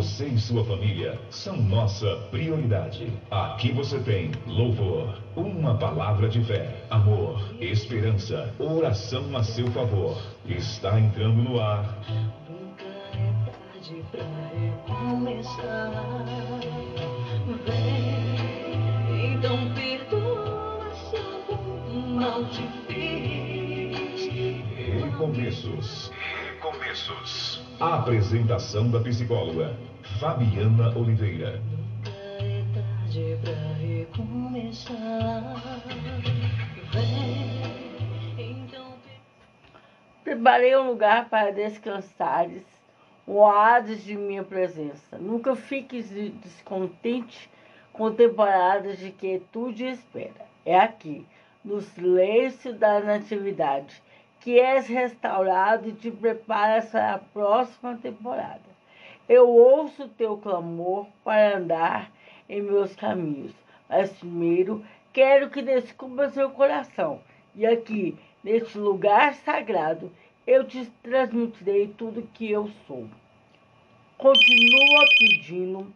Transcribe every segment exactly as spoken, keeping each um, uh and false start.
Você e sua família são nossa prioridade. Aqui você tem louvor, uma palavra de fé, amor, esperança, oração a seu favor. Está entrando no ar. Nunca é tarde pra recomeçar. Vem, então perdoa se algum mal te fiz. Recomeços. Recomeços. A apresentação da psicóloga Fabiana Oliveira. Nunca é tarde pra recomeçar. Vem, então. Preparei um lugar para descansares, um oásis de minha presença. Nunca fiques descontente com temporadas de quietude e espera. É aqui, no silêncio da natividade, que és restaurado e te preparas para a próxima temporada. Eu ouço teu clamor para andar em meus caminhos, mas primeiro quero que descubras meu coração. E aqui, neste lugar sagrado, eu te transmitirei tudo que eu sou. Continua pedindo,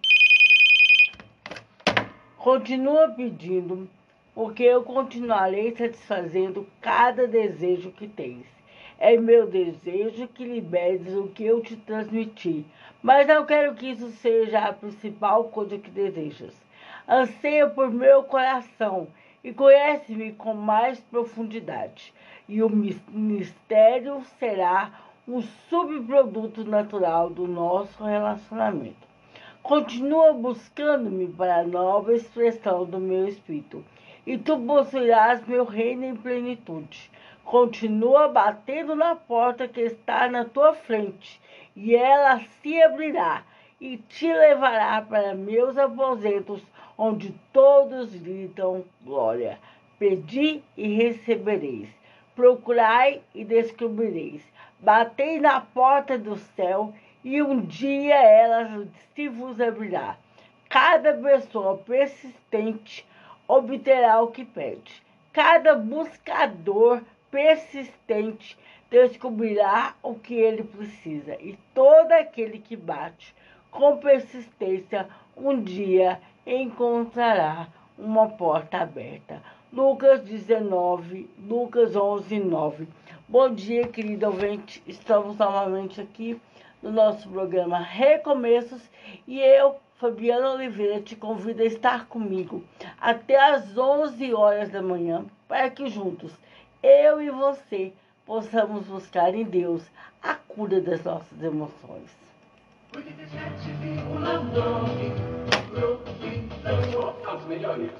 continua pedindo, porque eu continuarei satisfazendo cada desejo que tens. É meu desejo que liberes o que eu te transmiti, mas não quero que isso seja a principal coisa que desejas. Anseia por meu coração e conhece-me com mais profundidade, e o mistério será um subproduto natural do nosso relacionamento. Continua buscando-me para a nova expressão do meu espírito, e tu possuirás meu reino em plenitude. Continua batendo na porta que está na tua frente, e ela se abrirá e te levará para meus aposentos, onde todos gritam glória. Pedi e recebereis, procurai e descobrireis, batei na porta do céu, e um dia ela se vos abrirá. Cada pessoa persistente obterá o que pede. Cada buscador persistente descobrirá o que ele precisa. E todo aquele que bate com persistência um dia encontrará uma porta aberta. Lucas dezenove, Lucas onze, nove. Bom dia, querido ouvinte. Estamos novamente aqui no nosso programa Recomeços e eu, Fabiana Oliveira, te convido a estar comigo até às onze horas da manhã para que juntos, eu e você, possamos buscar em Deus a cura das nossas emoções. oitenta e sete vírgula nove Profissão as melhores.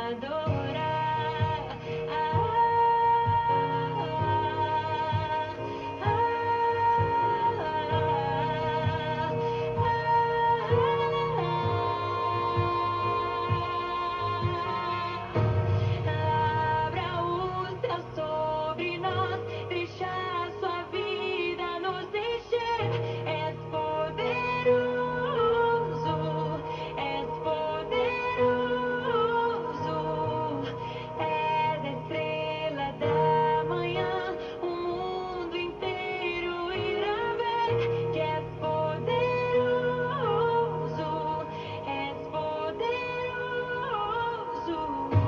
adorar. Ah, abra o céu sobre nós, deixa a sua vida nos encher. És poderoso, és poderoso, és a estrela da manhã. O mundo inteiro irá ver que és poderoso, és poderoso.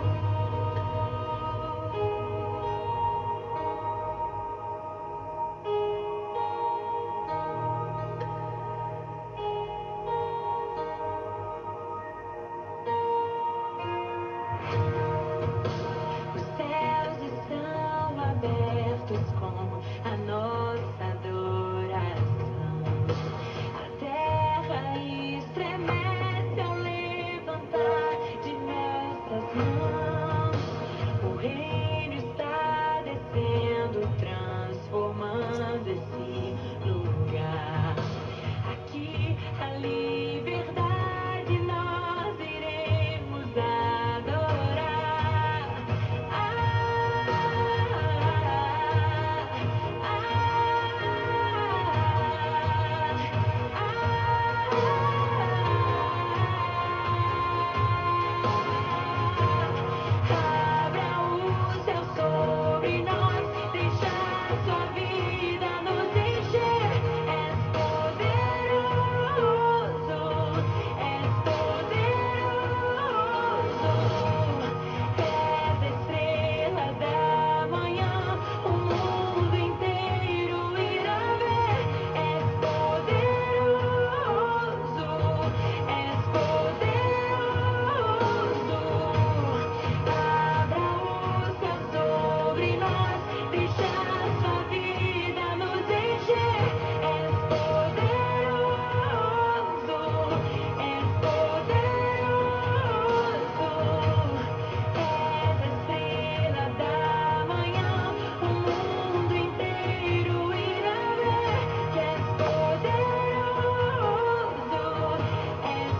Os céus estão abertos com a nossa adoração. A terra estremece ao levantar de nossas mãos. O reino está descendo, transformando esse lugar. Aqui a liberdade nós iremos adorar. Ah, abra o céu sobre nós, deixa a sua vida nos encher. És poderoso, és poderoso, és a estrela da manhã. O mundo inteiro irá ver. És poderoso, és poderoso. Abra o céu sobre nós, deixa a sua vida nos encher. És poderoso, és poderoso, és a estrela da manhã. O mundo inteiro irá ver que és poderoso, és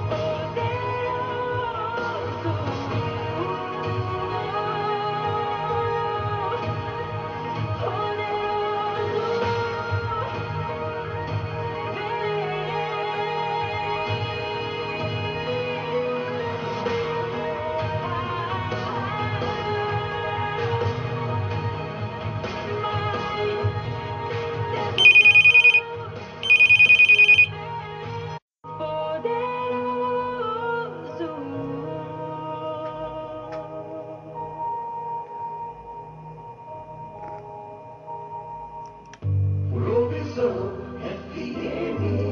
Provisão F M.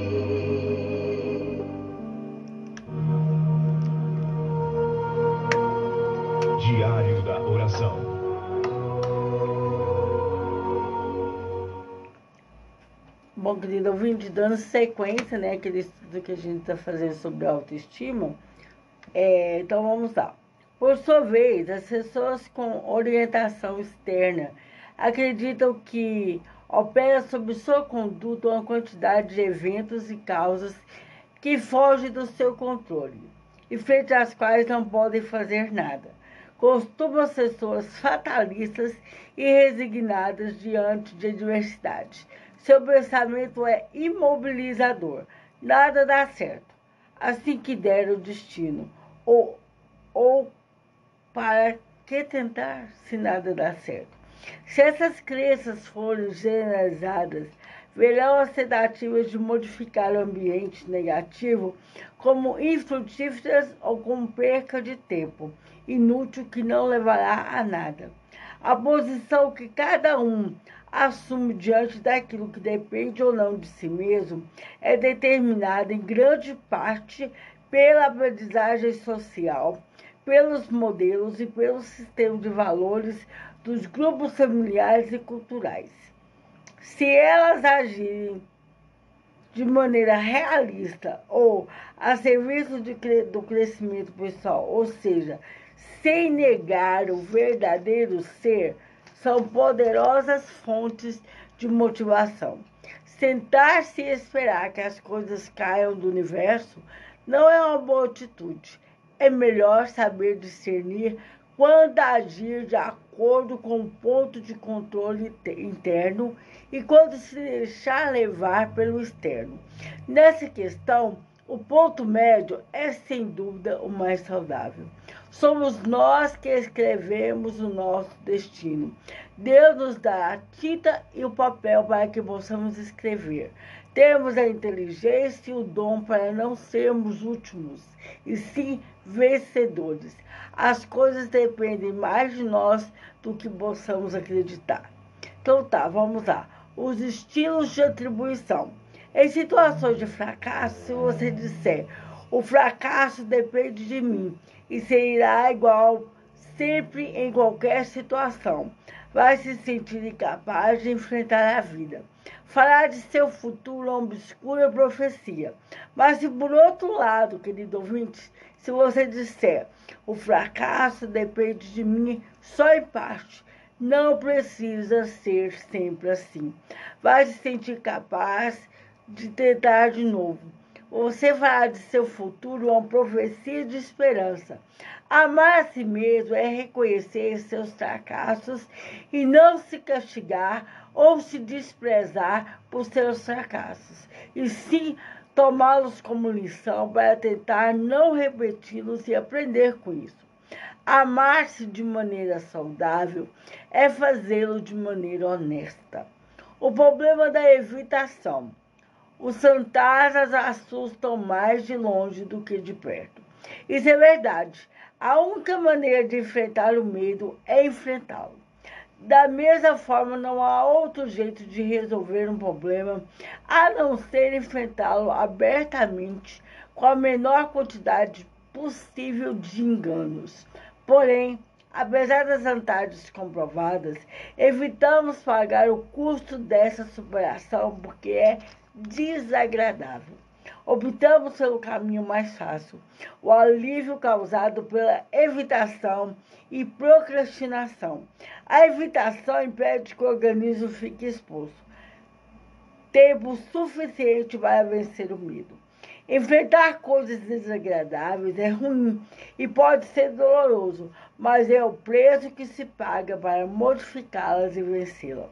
Diário da Oração. Bom, querido ouvinte, dando sequência, né, aquele estudo que a gente está fazendo sobre autoestima, é, então vamos lá. Por sua vez, as pessoas com orientação externa acreditam que opera sobre sua conduta uma quantidade de eventos e causas que fogem do seu controle e frente às quais não podem fazer nada. Costumam ser pessoas fatalistas e resignadas diante de adversidade. Seu pensamento é imobilizador. Nada dá certo. Assim que der o destino. Ou, ou para que tentar se nada dá certo? Se essas crenças forem generalizadas, verão as tentativas de modificar o ambiente negativo como infrutíferas ou como perca de tempo inútil que não levará a nada. A posição que cada um assume diante daquilo que depende ou não de si mesmo é determinada em grande parte pela aprendizagem social, pelos modelos e pelo sistema de valores dos grupos familiares e culturais. Se elas agirem de maneira realista ou a serviço de, do crescimento pessoal, ou seja, sem negar o verdadeiro ser, são poderosas fontes de motivação. Sentar-se e esperar que as coisas caiam do universo não é uma boa atitude. É melhor saber discernir quando agir de acordo com o ponto de controle interno e quando se deixar levar pelo externo. Nessa questão, o ponto médio é, sem dúvida, o mais saudável. Somos nós que escrevemos o nosso destino. Deus nos dá a tinta e o papel para que possamos escrever. Temos a inteligência e o dom para não sermos últimos, e sim vencedores. As coisas dependem mais de nós do que possamos acreditar. Então tá, vamos lá. Os estilos de atribuição. Em situações de fracasso, se você disser, o fracasso depende de mim, e será igual sempre em qualquer situação, vai se sentir incapaz de enfrentar a vida. Falar de seu futuro é uma obscura profecia. Mas se por outro lado, querido ouvinte, se você disser, o fracasso depende de mim só em parte, não precisa ser sempre assim. Vai se sentir capaz de tentar de novo. Você falar de seu futuro é uma profecia de esperança. Amar a si mesmo é reconhecer seus fracassos e não se castigar ou se desprezar por seus fracassos, e sim tomá-los como lição para tentar não repeti-los e aprender com isso. Amar-se de maneira saudável é fazê-lo de maneira honesta. O problema da evitação. Os fantasmas assustam mais de longe do que de perto. Isso é verdade. A única maneira de enfrentar o medo é enfrentá-lo. Da mesma forma, não há outro jeito de resolver um problema a não ser enfrentá-lo abertamente, com a menor quantidade possível de enganos. Porém, apesar das vantagens comprovadas, evitamos pagar o custo dessa superação porque é desagradável. Optamos pelo caminho mais fácil, o alívio causado pela evitação e procrastinação. A evitação impede que o organismo fique exposto. Tempo suficiente para vencer o medo. Enfrentar coisas desagradáveis é ruim e pode ser doloroso, mas é o preço que se paga para modificá-las e vencê-las.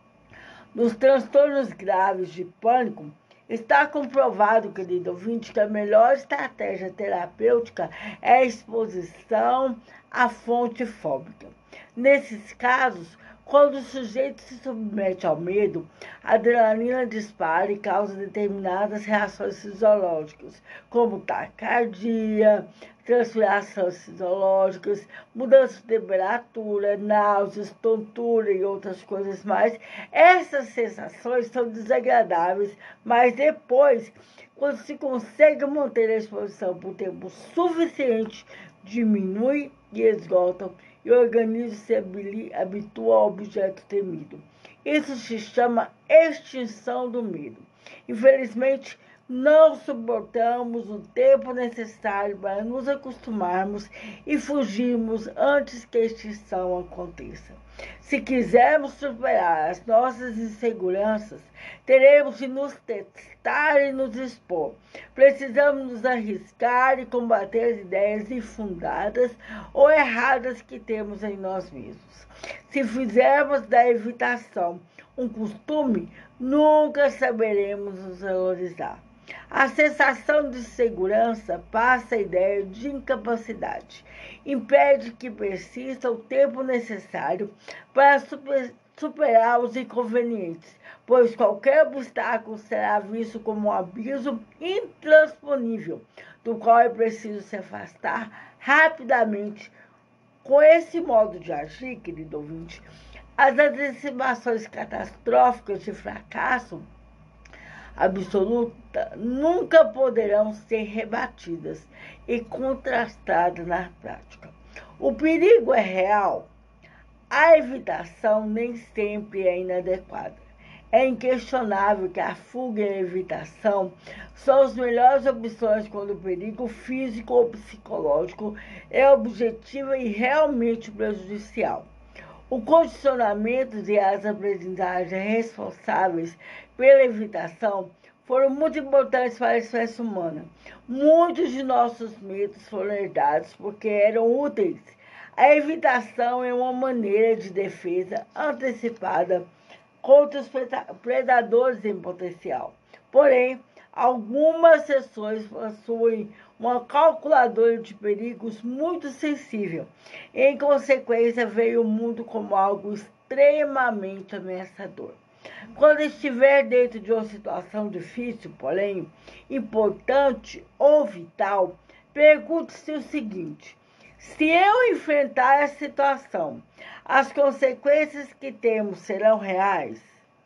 Nos transtornos graves de pânico, está comprovado, querido ouvinte, que a melhor estratégia terapêutica é a exposição à fonte fóbica. Nesses casos, quando o sujeito se submete ao medo, a adrenalina dispara e causa determinadas reações fisiológicas, como taquicardia, transpirações fisiológicas, mudança de temperatura, náuseas, tontura e outras coisas mais. Essas sensações são desagradáveis, mas depois, quando se consegue manter a exposição por tempo suficiente, diminui e esgotam e o organismo se habitua ao objeto temido. Isso se chama extinção do medo. Infelizmente, não suportamos o tempo necessário para nos acostumarmos e fugirmos antes que a extinção aconteça. Se quisermos superar as nossas inseguranças, teremos de nos testar e nos expor. Precisamos nos arriscar e combater as ideias infundadas ou erradas que temos em nós mesmos. Se fizermos da evitação um costume, nunca saberemos nos valorizar. A sensação de segurança passa a ideia de incapacidade. Impede que persista o tempo necessário para super, superar os inconvenientes, pois qualquer obstáculo será visto como um abismo intransponível, do qual é preciso se afastar rapidamente. Com esse modo de agir, querido ouvinte, as antecipações catastróficas de fracasso absoluta nunca poderão ser rebatidas e contrastadas na prática. O perigo é real. A evitação nem sempre é inadequada. É inquestionável que a fuga e a evitação são as melhores opções quando o perigo físico ou psicológico é objetivo e realmente prejudicial. O condicionamento e as aprendizagens responsáveis pela evitação foram muito importantes para a espécie humana. Muitos de nossos medos foram herdados porque eram úteis. A evitação é uma maneira de defesa antecipada contra os predadores em potencial. Porém, algumas seções possuem uma calculadora de perigos muito sensível. Em consequência, veio o mundo como algo extremamente ameaçador. Quando estiver dentro de uma situação difícil, porém, importante ou vital, pergunte-se o seguinte: se eu enfrentar essa situação, as consequências que temos serão reais?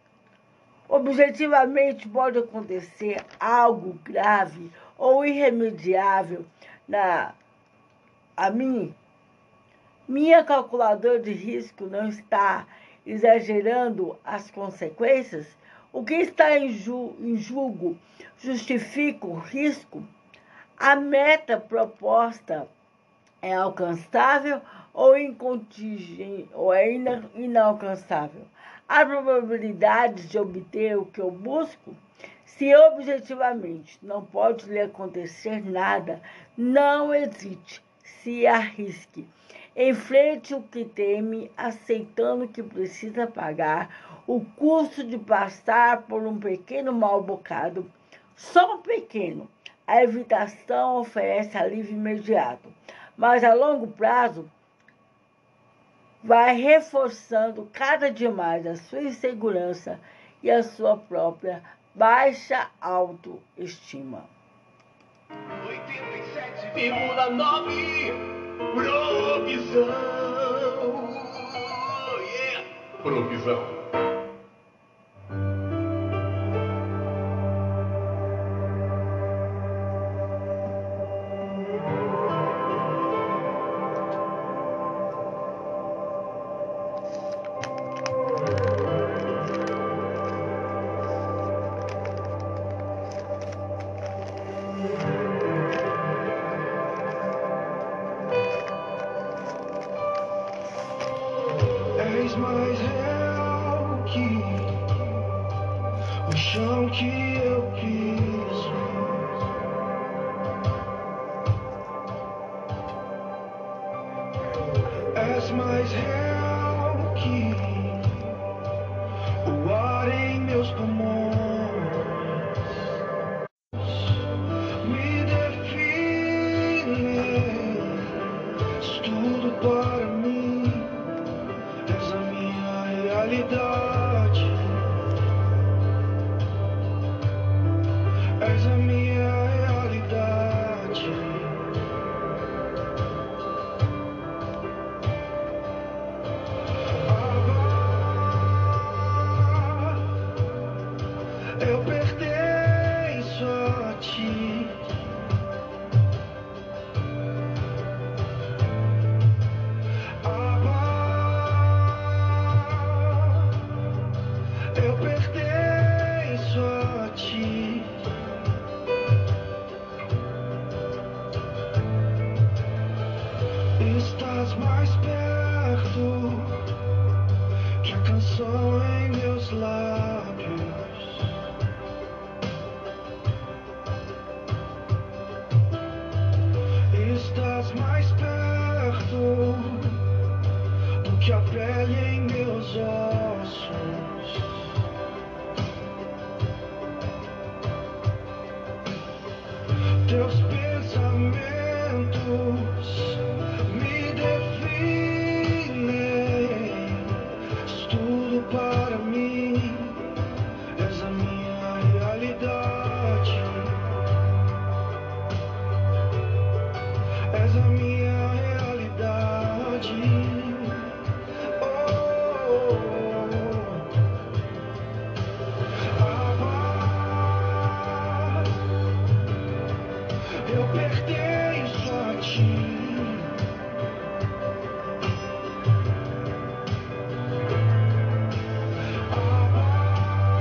Objetivamente pode acontecer algo grave ou irremediável na a mim? Minha calculadora de risco não está exagerando as consequências? O que está em, ju em julgo justifica o risco? A meta proposta é alcançável ou, ou é ina inalcançável? Há probabilidades de obter o que eu busco? Se objetivamente não pode lhe acontecer nada, não hesite, se arrisque. Enfrente o que teme, aceitando que precisa pagar o custo de passar por um pequeno mal-bocado. Só um pequeno. A evitação oferece alívio imediato, mas a longo prazo vai reforçando cada dia mais a sua insegurança e a sua própria baixa autoestima. oitenta e sete vírgula nove Provisão. Yeah. Provisão. És mais real que o chão que eu piso. És mais real que o ar em meus pulmões. Me define, és tudo para mim. És a minha realidade. És a minha realidade. Abba, eu pertenço a ti. Eu pertenço a ti. Estás mais perto que a canção em meus lábios. Estás mais perto do que a pele em meus ossos. Teus pensamentos me definem. És tudo para mim. És a minha realidade. És a minha realidade. Oh, oh, oh. Abba, eu pertenço a ti. Abba,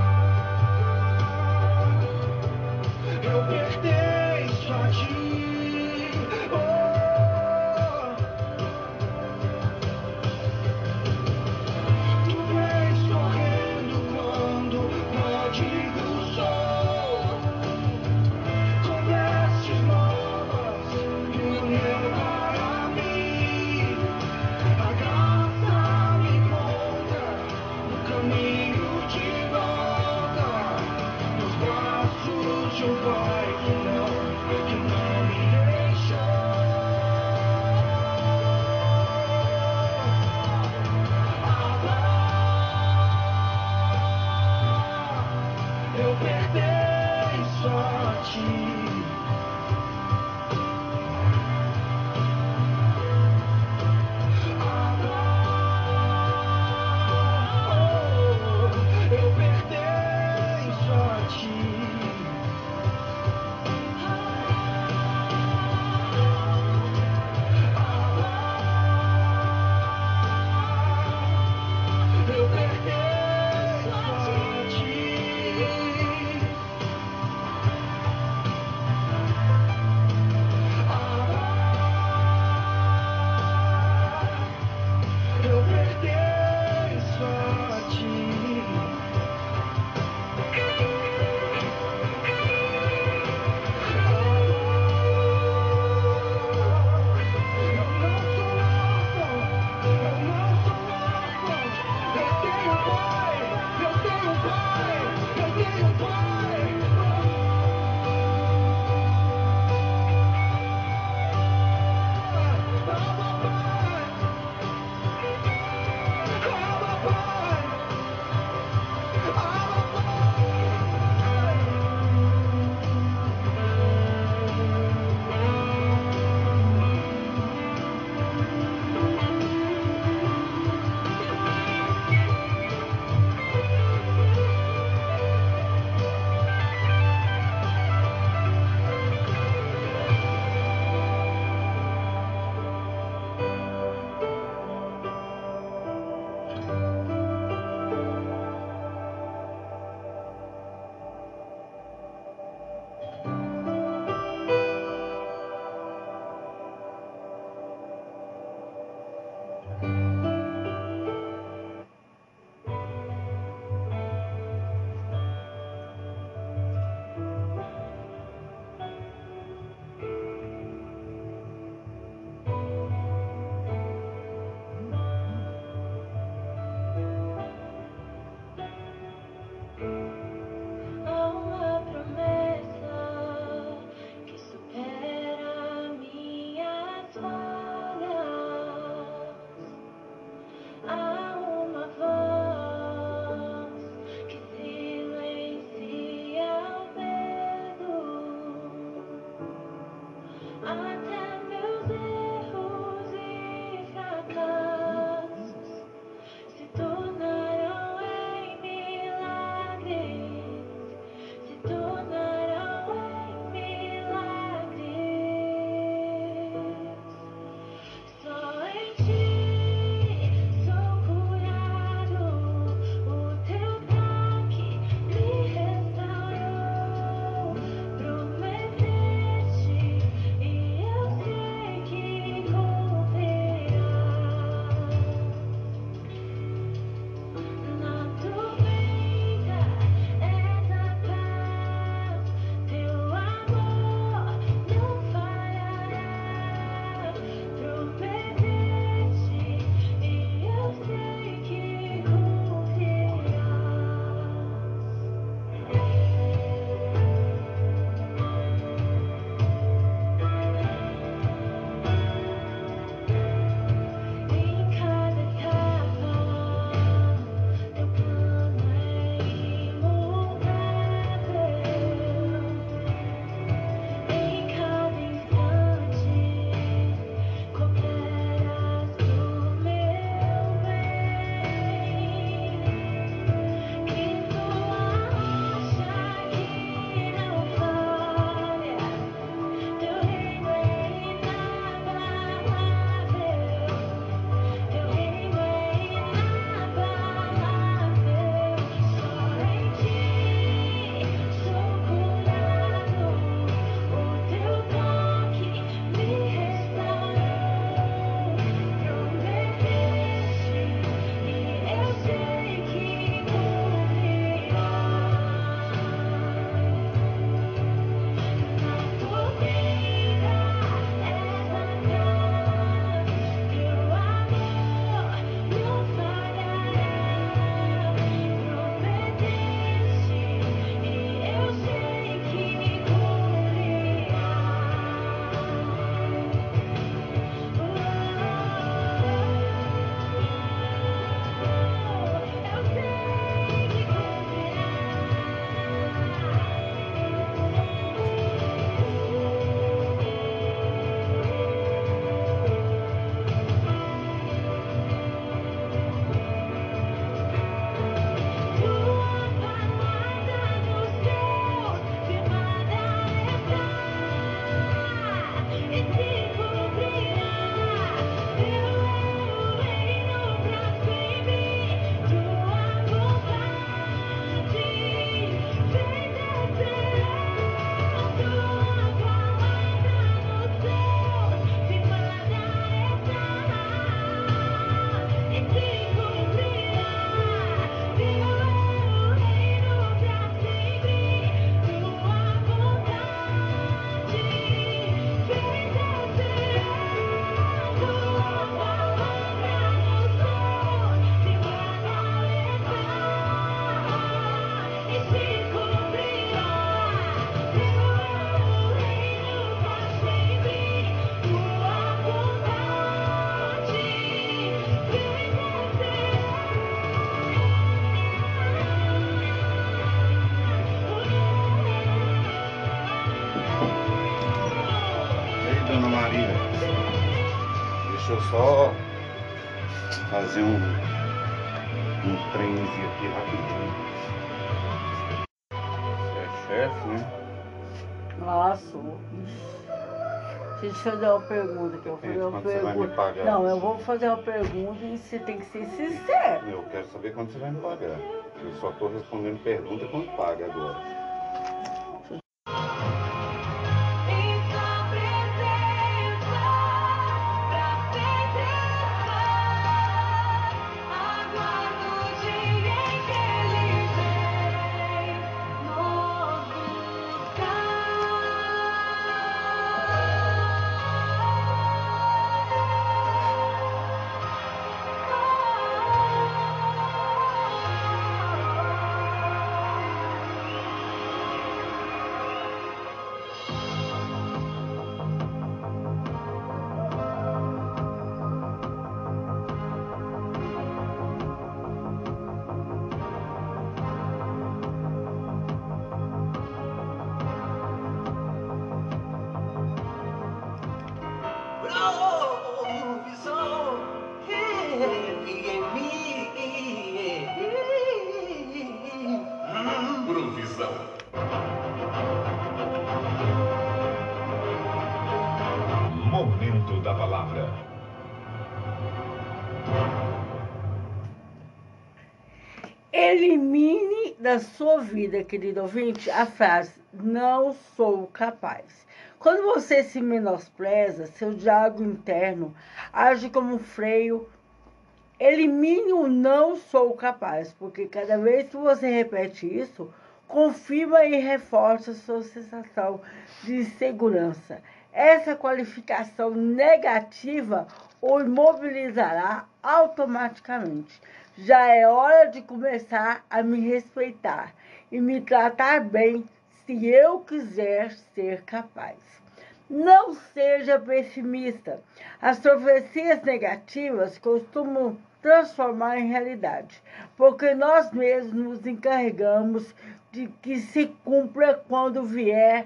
vou só fazer um, um trenzinho aqui rapidinho. Você é chefe, né? Nossa, deixa eu fazer uma pergunta que eu vou fazer uma Quando você vai me pergunta. pagar? Não, eu vou fazer uma pergunta e você tem que ser sincero. Eu quero saber quando você vai me pagar. Eu só tô respondendo pergunta quando paga agora. Em sua presença, pra sempre estar. Aguardo o dia em que Ele vem nos Provisão vive em mim. Provisão. Momento da palavra. Elimine da sua vida, querido ouvinte, a frase não sou capaz. Quando você se menospreza, seu diálogo interno age como um freio. Elimine o não sou capaz, porque cada vez que você repete isso, confirma e reforça sua sensação de insegurança. Essa qualificação negativa o imobilizará automaticamente. Já é hora de começar a me respeitar e me tratar bem se eu quiser ser capaz. Não seja pessimista. As profecias negativas costumam transformar em realidade, porque nós mesmos nos encarregamos de que se cumpra quando vier.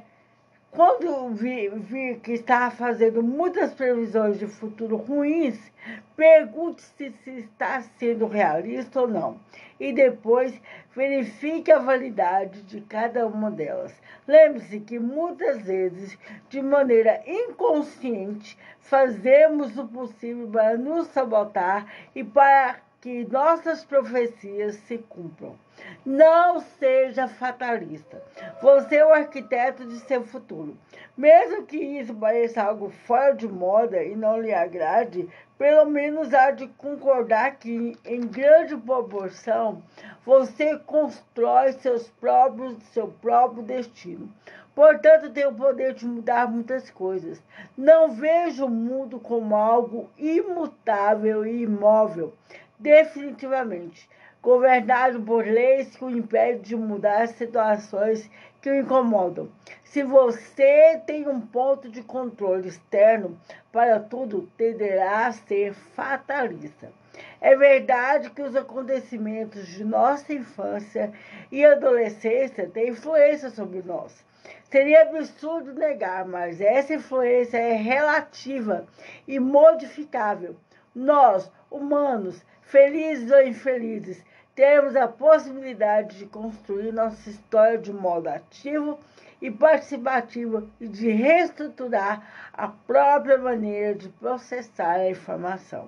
Quando vir, vir que está fazendo muitas previsões de futuro ruins, pergunte-se se está sendo realista ou não. E depois verifique a validade de cada uma delas. Lembre-se que muitas vezes, de maneira inconsciente, fazemos o possível para nos sabotar e para que nossas profecias se cumpram. Não seja fatalista. Você é o arquiteto de seu futuro. Mesmo que isso pareça algo fora de moda e não lhe agrade, pelo menos há de concordar que, em grande proporção, você constrói seus próprios, seu próprio destino. Portanto, tem o poder de mudar muitas coisas. Não veja o mundo como algo imutável e imóvel. Definitivamente. Governado por leis que o impedem de mudar situações que o incomodam. Se você tem um ponto de controle externo para tudo, tenderá a ser fatalista. É verdade que os acontecimentos de nossa infância e adolescência têm influência sobre nós. Seria absurdo negar, mas essa influência é relativa e modificável. Nós, humanos, felizes ou infelizes, temos a possibilidade de construir nossa história de modo ativo e participativo e de reestruturar a própria maneira de processar a informação.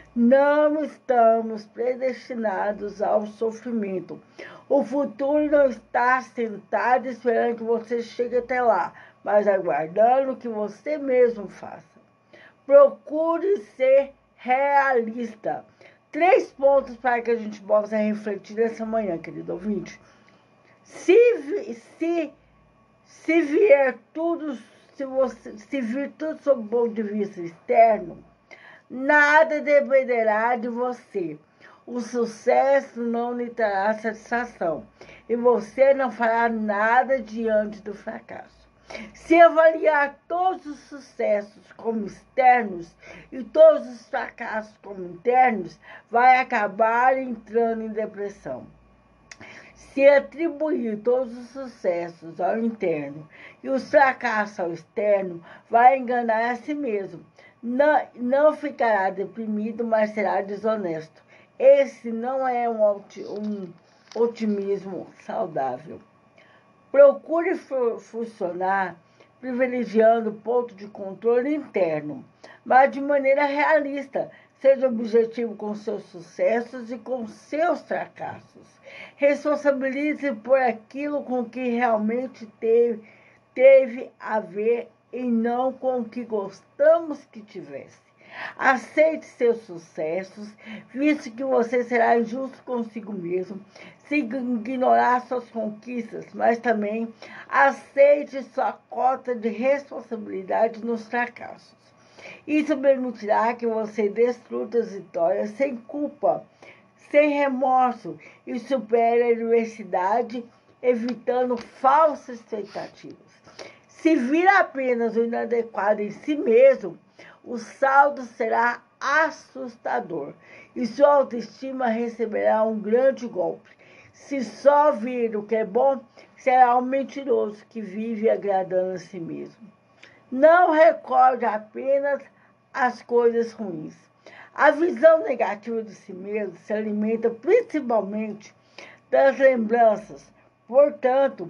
Não estamos predestinados ao sofrimento. O futuro não está sentado esperando que você chegue até lá, mas aguardando que você mesmo faça. Procure ser realista. Três pontos para que a gente possa refletir nessa manhã, querido ouvinte. Se, se, se vier tudo, se, você, se vir tudo sob o ponto de vista externo, nada dependerá de você. O sucesso não lhe trará satisfação e você não fará nada diante do fracasso. Se avaliar todos os sucessos como externos e todos os fracassos como internos, vai acabar entrando em depressão. Se atribuir todos os sucessos ao interno e os fracassos ao externo, vai enganar a si mesmo. Não, não ficará deprimido, mas será desonesto. Esse não é um, um otimismo saudável. Procure funcionar privilegiando o ponto de controle interno, mas de maneira realista. Seja objetivo com seus sucessos e com seus fracassos. Responsabilize por aquilo com que realmente teve, teve a ver e não com o que gostamos que tivesse. Aceite seus sucessos, visto que você será injusto consigo mesmo se ignorar suas conquistas, mas também aceite sua cota de responsabilidade nos fracassos. Isso permitirá que você desfrute as vitórias sem culpa, sem remorso e supere a adversidade, evitando falsas expectativas. Se vir apenas o inadequado em si mesmo, o saldo será assustador e sua autoestima receberá um grande golpe. Se só vir o que é bom, será um mentiroso que vive agradando a si mesmo. Não recorde apenas as coisas ruins. A visão negativa de si mesmo se alimenta principalmente das lembranças. Portanto,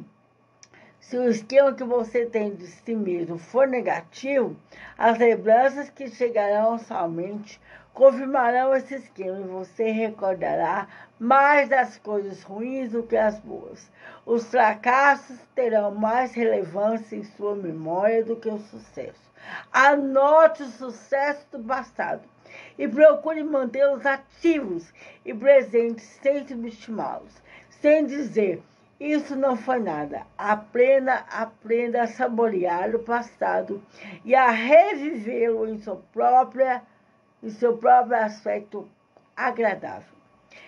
se o esquema que você tem de si mesmo for negativo, as lembranças que chegarão à sua mente confirmarão esse esquema e você recordará mais das coisas ruins do que as boas. Os fracassos terão mais relevância em sua memória do que o sucesso. Anote o sucesso do passado e procure mantê-los ativos e presentes sem subestimá-los, sem dizer: isso não foi nada. Aprenda, aprenda a saborear o passado e a revivê-lo em sua própria, em seu próprio aspecto agradável.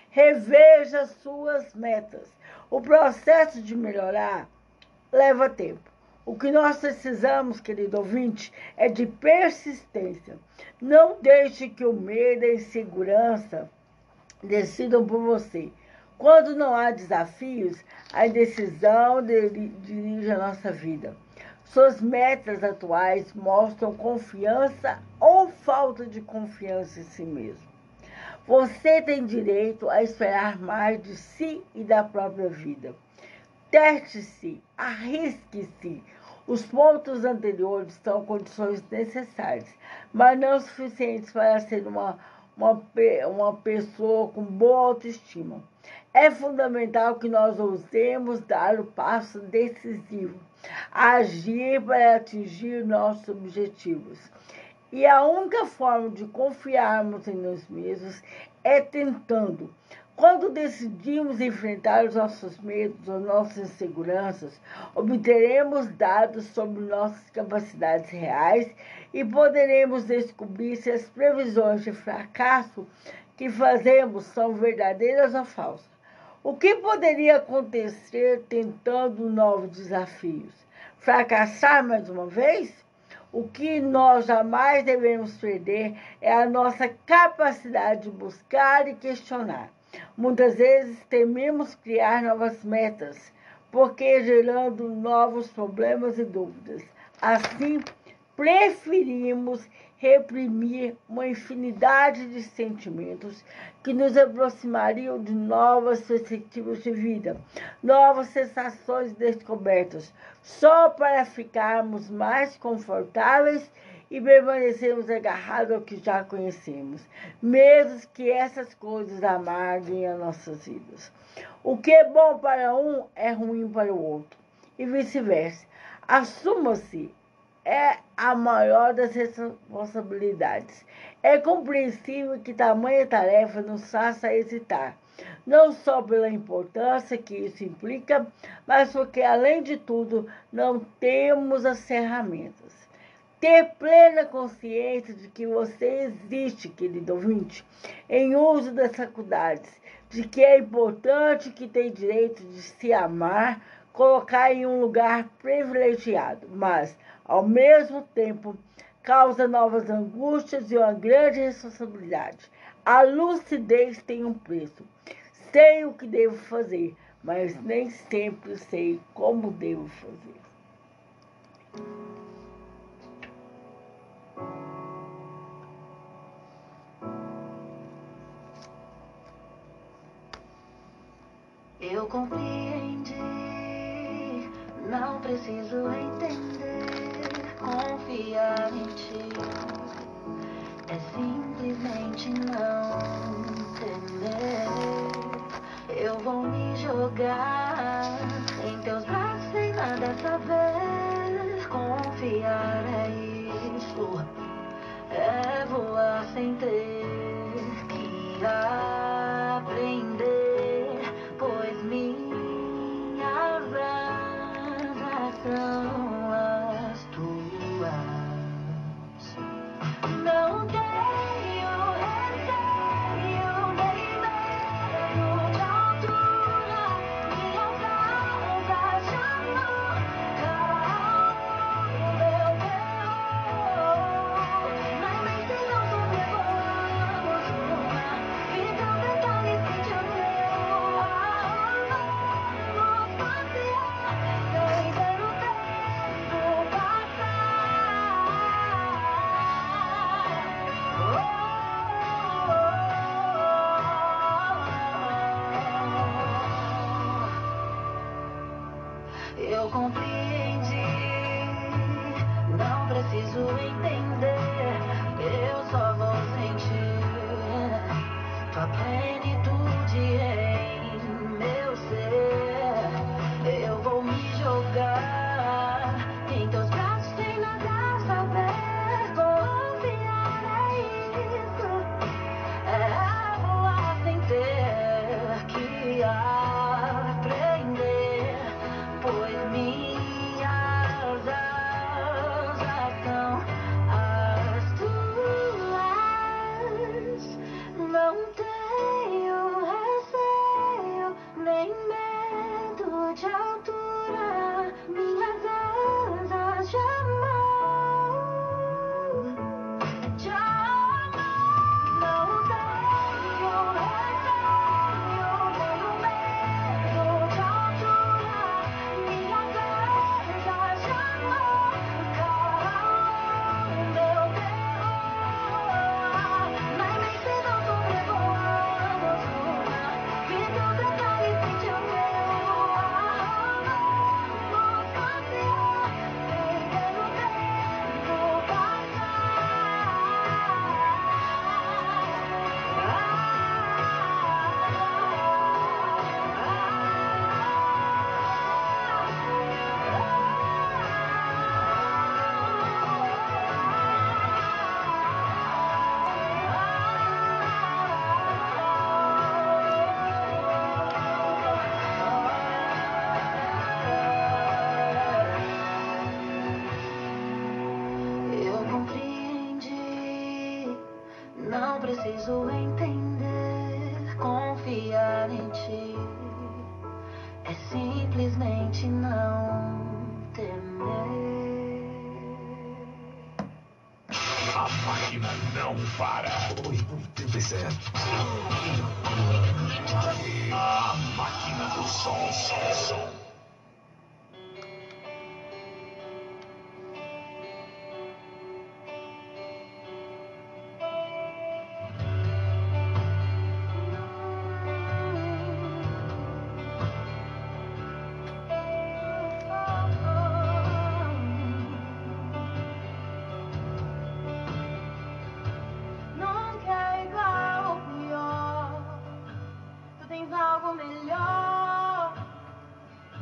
Reveja suas metas. O processo de melhorar leva tempo. O que nós precisamos, querido ouvinte, é de persistência. Não deixe que o medo e a insegurança decidam por você. Quando não há desafios, a indecisão dirige a nossa vida. Suas metas atuais mostram confiança ou falta de confiança em si mesmo. Você tem direito a esperar mais de si e da própria vida. Teste-se, arrisque-se. Os pontos anteriores são condições necessárias, mas não suficientes para ser uma, uma, uma pessoa com boa autoestima. É fundamental que nós ousemos dar o passo decisivo, agir para atingir nossos objetivos. E a única forma de confiarmos em nós mesmos é tentando. Quando decidimos enfrentar os nossos medos ou nossas inseguranças, obteremos dados sobre nossas capacidades reais e poderemos descobrir se as previsões de fracasso que fazemos são verdadeiras ou falsas. O que poderia acontecer tentando novos desafios? Fracassar mais uma vez? O que nós jamais devemos perder é a nossa capacidade de buscar e questionar. Muitas vezes tememos criar novas metas, porque gerando novos problemas e dúvidas. Assim, preferimos reprimir uma infinidade de sentimentos que nos aproximariam de novas perspectivas de vida, novas sensações descobertas, só para ficarmos mais confortáveis e permanecermos agarrados ao que já conhecemos, mesmo que essas coisas amarguem as nossas vidas. O que é bom para um é ruim para o outro, e vice-versa. Assuma-se. É a maior das responsabilidades. É compreensível que tamanha tarefa nos faça hesitar, não só pela importância que isso implica, mas porque, além de tudo, não temos as ferramentas. Ter plena consciência de que você existe, querido ouvinte, em uso das faculdades, de que é importante, que tem direito de se amar, colocar em um lugar privilegiado, mas, ao mesmo tempo, causa novas angústias e uma grande responsabilidade. A lucidez tem um preço. Sei o que devo fazer, mas nem sempre sei como devo fazer. Eu compreendi, não preciso entender, confiar em ti. É simplesmente não temer. Eu vou me jogar em teus braços sem nada saber. Confiar é isso, é voar sem ter que aprender, pois minhas asas são as tuas. Não tenho receio nem medo de altura, minhas asas jamais cairão no meu terror. Na imensidão sobrevoamos uma vida, um detalhe sente o teu amor. Vamos passear sem ver o tempo eu compreendi, não preciso entender, eu só vou sentir tua plenitude em meu ser. Eu vou me jogar em teus braços sem nada saber. Confiar é isso, é voar sem ter que aprender, pois minhas asas são as tuas. Não tenho receio nem medo de altura, minhas asas jamais, jamais. Não tenho receio nem medo de altura, minhas asas jamais cairão no meu terror. Na imensidão sobrevoamos uma vida, um detalhe sente o teu amor. Vamos passear sem ver o tempo eu compreendi, não preciso entender, confiar em ti é simplesmente não temer. A máquina não para. oitenta e sete. A máquina do som. som. Nunca é igual ou pior, tu tens algo melhor.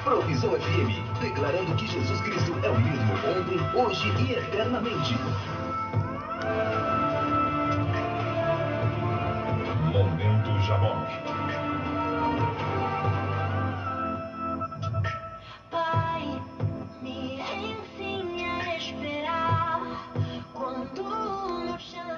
Provisão F M, declarando que Jesus Cristo é o mesmo ontem, hoje e eternamente. Momento Jabó. Pai, me ensine a esperar quando no chão.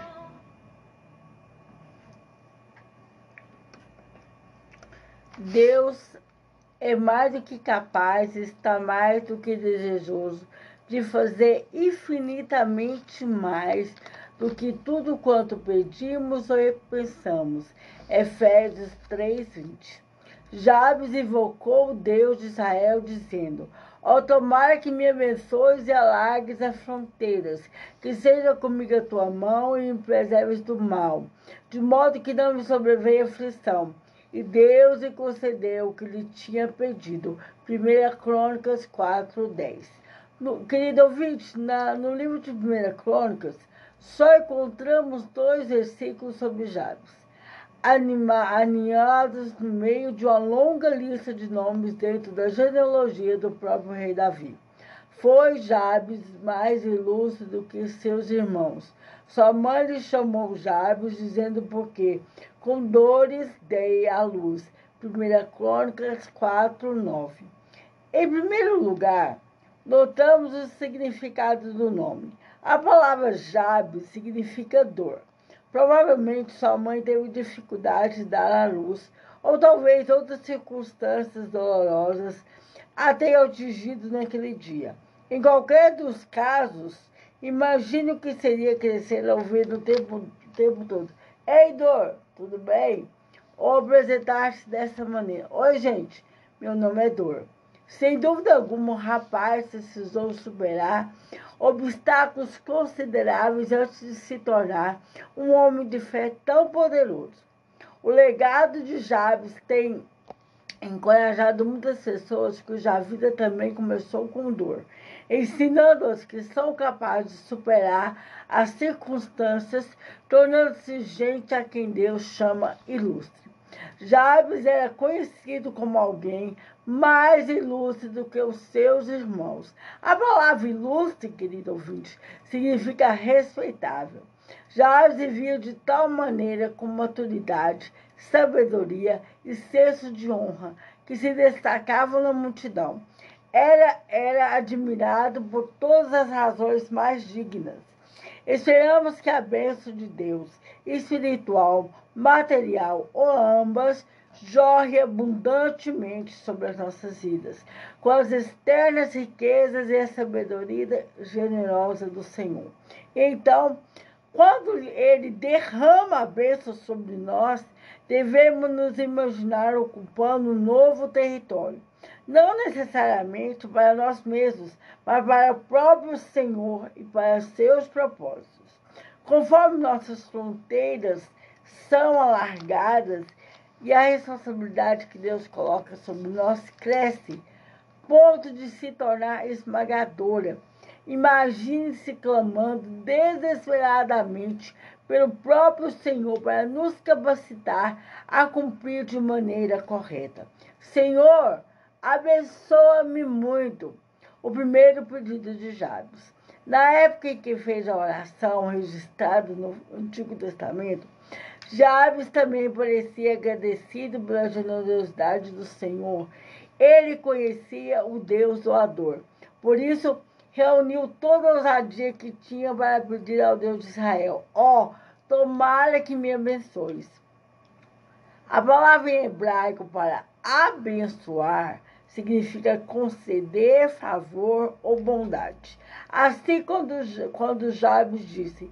Deus é mais do que capaz, está mais do que desejoso de fazer infinitamente mais do que tudo quanto pedimos ou pensamos. Efésios três, vinte. Jabes invocou o Deus de Israel, dizendo: ó, tomara que me abençoes e alargues as fronteiras, que seja comigo a tua mão e me preserves do mal, de modo que não me sobreveia aflição. E Deus lhe concedeu o que lhe tinha pedido. primeira Crônicas quatro, dez. No, querido ouvinte, na, no livro de primeira Crônicas, só encontramos dois versículos sobre Jabes, anima, aninhados no meio de uma longa lista de nomes dentro da genealogia do próprio rei Davi. Foi Jabes mais ilustre do que seus irmãos. Sua mãe lhe chamou Jabes, dizendo porque com dores dei à luz. primeira Crônicas quatro, nove. Em primeiro lugar, notamos o significado do nome. A palavra Jabes significa dor. Provavelmente sua mãe teve dificuldade de dar à luz, ou talvez outras circunstâncias dolorosas a tenham atingido naquele dia. Em qualquer dos casos, imagine o que seria crescer ouvindo o tempo, o tempo todo: ei, dor, tudo bem? Ou apresentar-se dessa maneira: oi, gente, meu nome é Dor. Sem dúvida alguma, o rapaz precisou superar obstáculos consideráveis antes de se tornar um homem de fé tão poderoso. O legado de Jabes tem encorajado muitas pessoas cuja vida também começou com dor, ensinando-as que são capazes de superar as circunstâncias, tornando-se gente a quem Deus chama ilustre. Jabes era conhecido como alguém mais ilustre do que os seus irmãos. A palavra ilustre, querido ouvinte, significa respeitável. Jabes vivia de tal maneira com maturidade, sabedoria e senso de honra, que se destacava na multidão. Era, era admirado por todas as razões mais dignas. Esperamos que a bênção de Deus, espiritual, material ou ambas, jorre abundantemente sobre as nossas vidas, com as externas riquezas e a sabedoria generosa do Senhor. Então, quando Ele derrama a bênção sobre nós, devemos nos imaginar ocupando um novo território, não necessariamente para nós mesmos, mas para o próprio Senhor e para seus propósitos. Conforme nossas fronteiras são alargadas e a responsabilidade que Deus coloca sobre nós cresce, ponto de se tornar esmagadora. Imagine-se clamando desesperadamente pelo próprio Senhor para nos capacitar a cumprir de maneira correta. Senhor, abençoa-me muito. O primeiro pedido de Jabes. Na época em que fez a oração registrada no Antigo Testamento, Jabes também parecia agradecido pela generosidade do Senhor. Ele conhecia o Deus doador. Por isso, reuniu toda a ousadia que tinha para pedir ao Deus de Israel: ó, oh, tomara que me abençoes. A palavra em hebraico para abençoar significa conceder favor ou bondade. Assim, quando, quando Jabes disse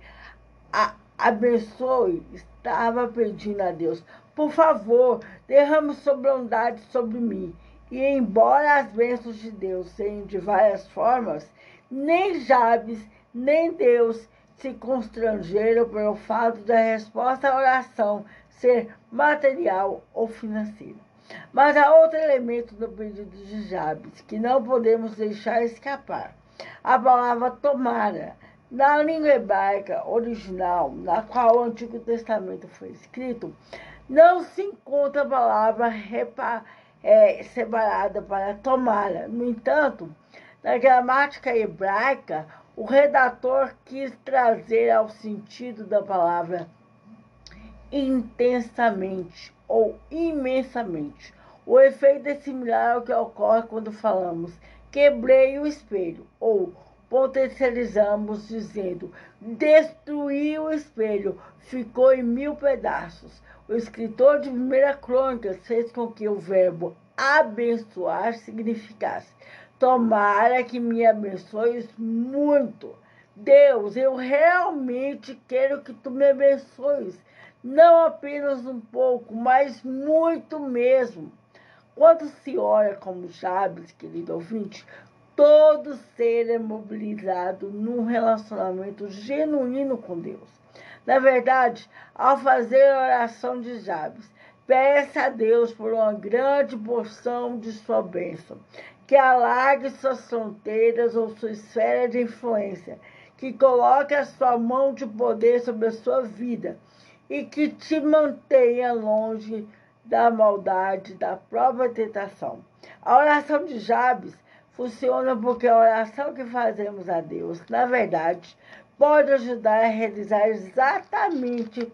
abençoe, estava pedindo a Deus: por favor, derrame sua bondade sobre mim. E embora as bênçãos de Deus sejam de várias formas, nem Jabes, nem Deus se constrangeram pelo fato da resposta à oração ser material ou financeira. Mas há outro elemento do pedido de Jabes que não podemos deixar escapar: a palavra tomara. Na língua hebraica original, na qual o Antigo Testamento foi escrito, não se encontra a palavra repa, é, separada para tomá-la. No entanto, na gramática hebraica, o redator quis trazer ao sentido da palavra intensamente ou imensamente. O efeito é similar ao que ocorre quando falamos quebrei o espelho ou potencializamos dizendo destruí o espelho, ficou em mil pedaços. O escritor de Primeira Crônicas fez com que o verbo abençoar significasse tomara que me abençoes muito. Deus, eu realmente quero que tu me abençoes, não apenas um pouco, mas muito mesmo. Quando se ora como Jabes, querido ouvinte, todo ser é mobilizado num relacionamento genuíno com Deus. Na verdade, ao fazer a oração de Jabes, peça a Deus por uma grande porção de sua bênção, que alargue suas fronteiras ou sua esfera de influência, que coloque a sua mão de poder sobre a sua vida e que te mantenha longe da maldade, da própria tentação. A oração de Jabes funciona porque a oração que fazemos a Deus, na verdade, pode ajudar a realizar exatamente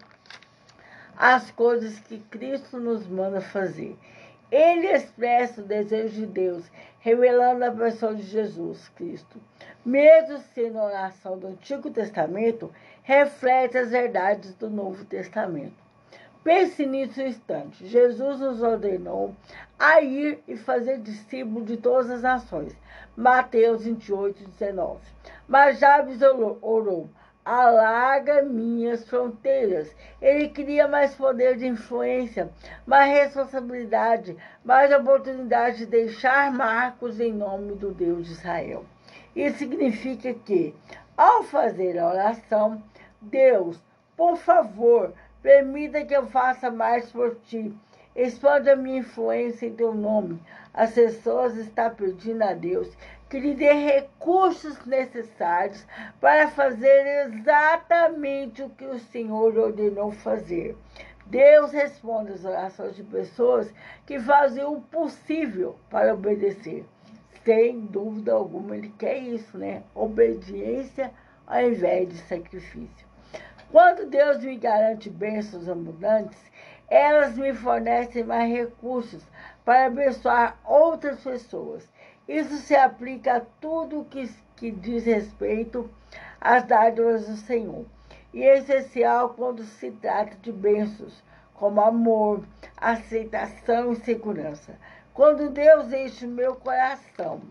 as coisas que Cristo nos manda fazer. Ele expressa o desejo de Deus, revelando a pessoa de Jesus Cristo. Mesmo sendo a oração do Antigo Testamento, reflete as verdades do Novo Testamento. Pense nisso um instante. Jesus nos ordenou a ir e fazer discípulos de todas as nações. Mateus vinte e oito, dezenove. Mas Jabes orou, alarga minhas fronteiras. Ele queria mais poder de influência, mais responsabilidade, mais oportunidade de deixar marcos em nome do Deus de Israel. Isso significa que, ao fazer a oração, Deus, por favor, permita que eu faça mais por ti. Expande a minha influência em teu nome. As pessoas estão pedindo a Deus que lhe dê recursos necessários para fazer exatamente o que o Senhor ordenou fazer. Deus responde às orações de pessoas que fazem o possível para obedecer. Sem dúvida alguma, Ele quer isso, né? Obediência ao invés de sacrifício. Quando Deus me garante bênçãos abundantes, elas me fornecem mais recursos para abençoar outras pessoas. Isso se aplica a tudo que, que diz respeito às dádivas do Senhor. E é essencial quando se trata de bênçãos, como amor, aceitação e segurança. Quando Deus enche o meu coração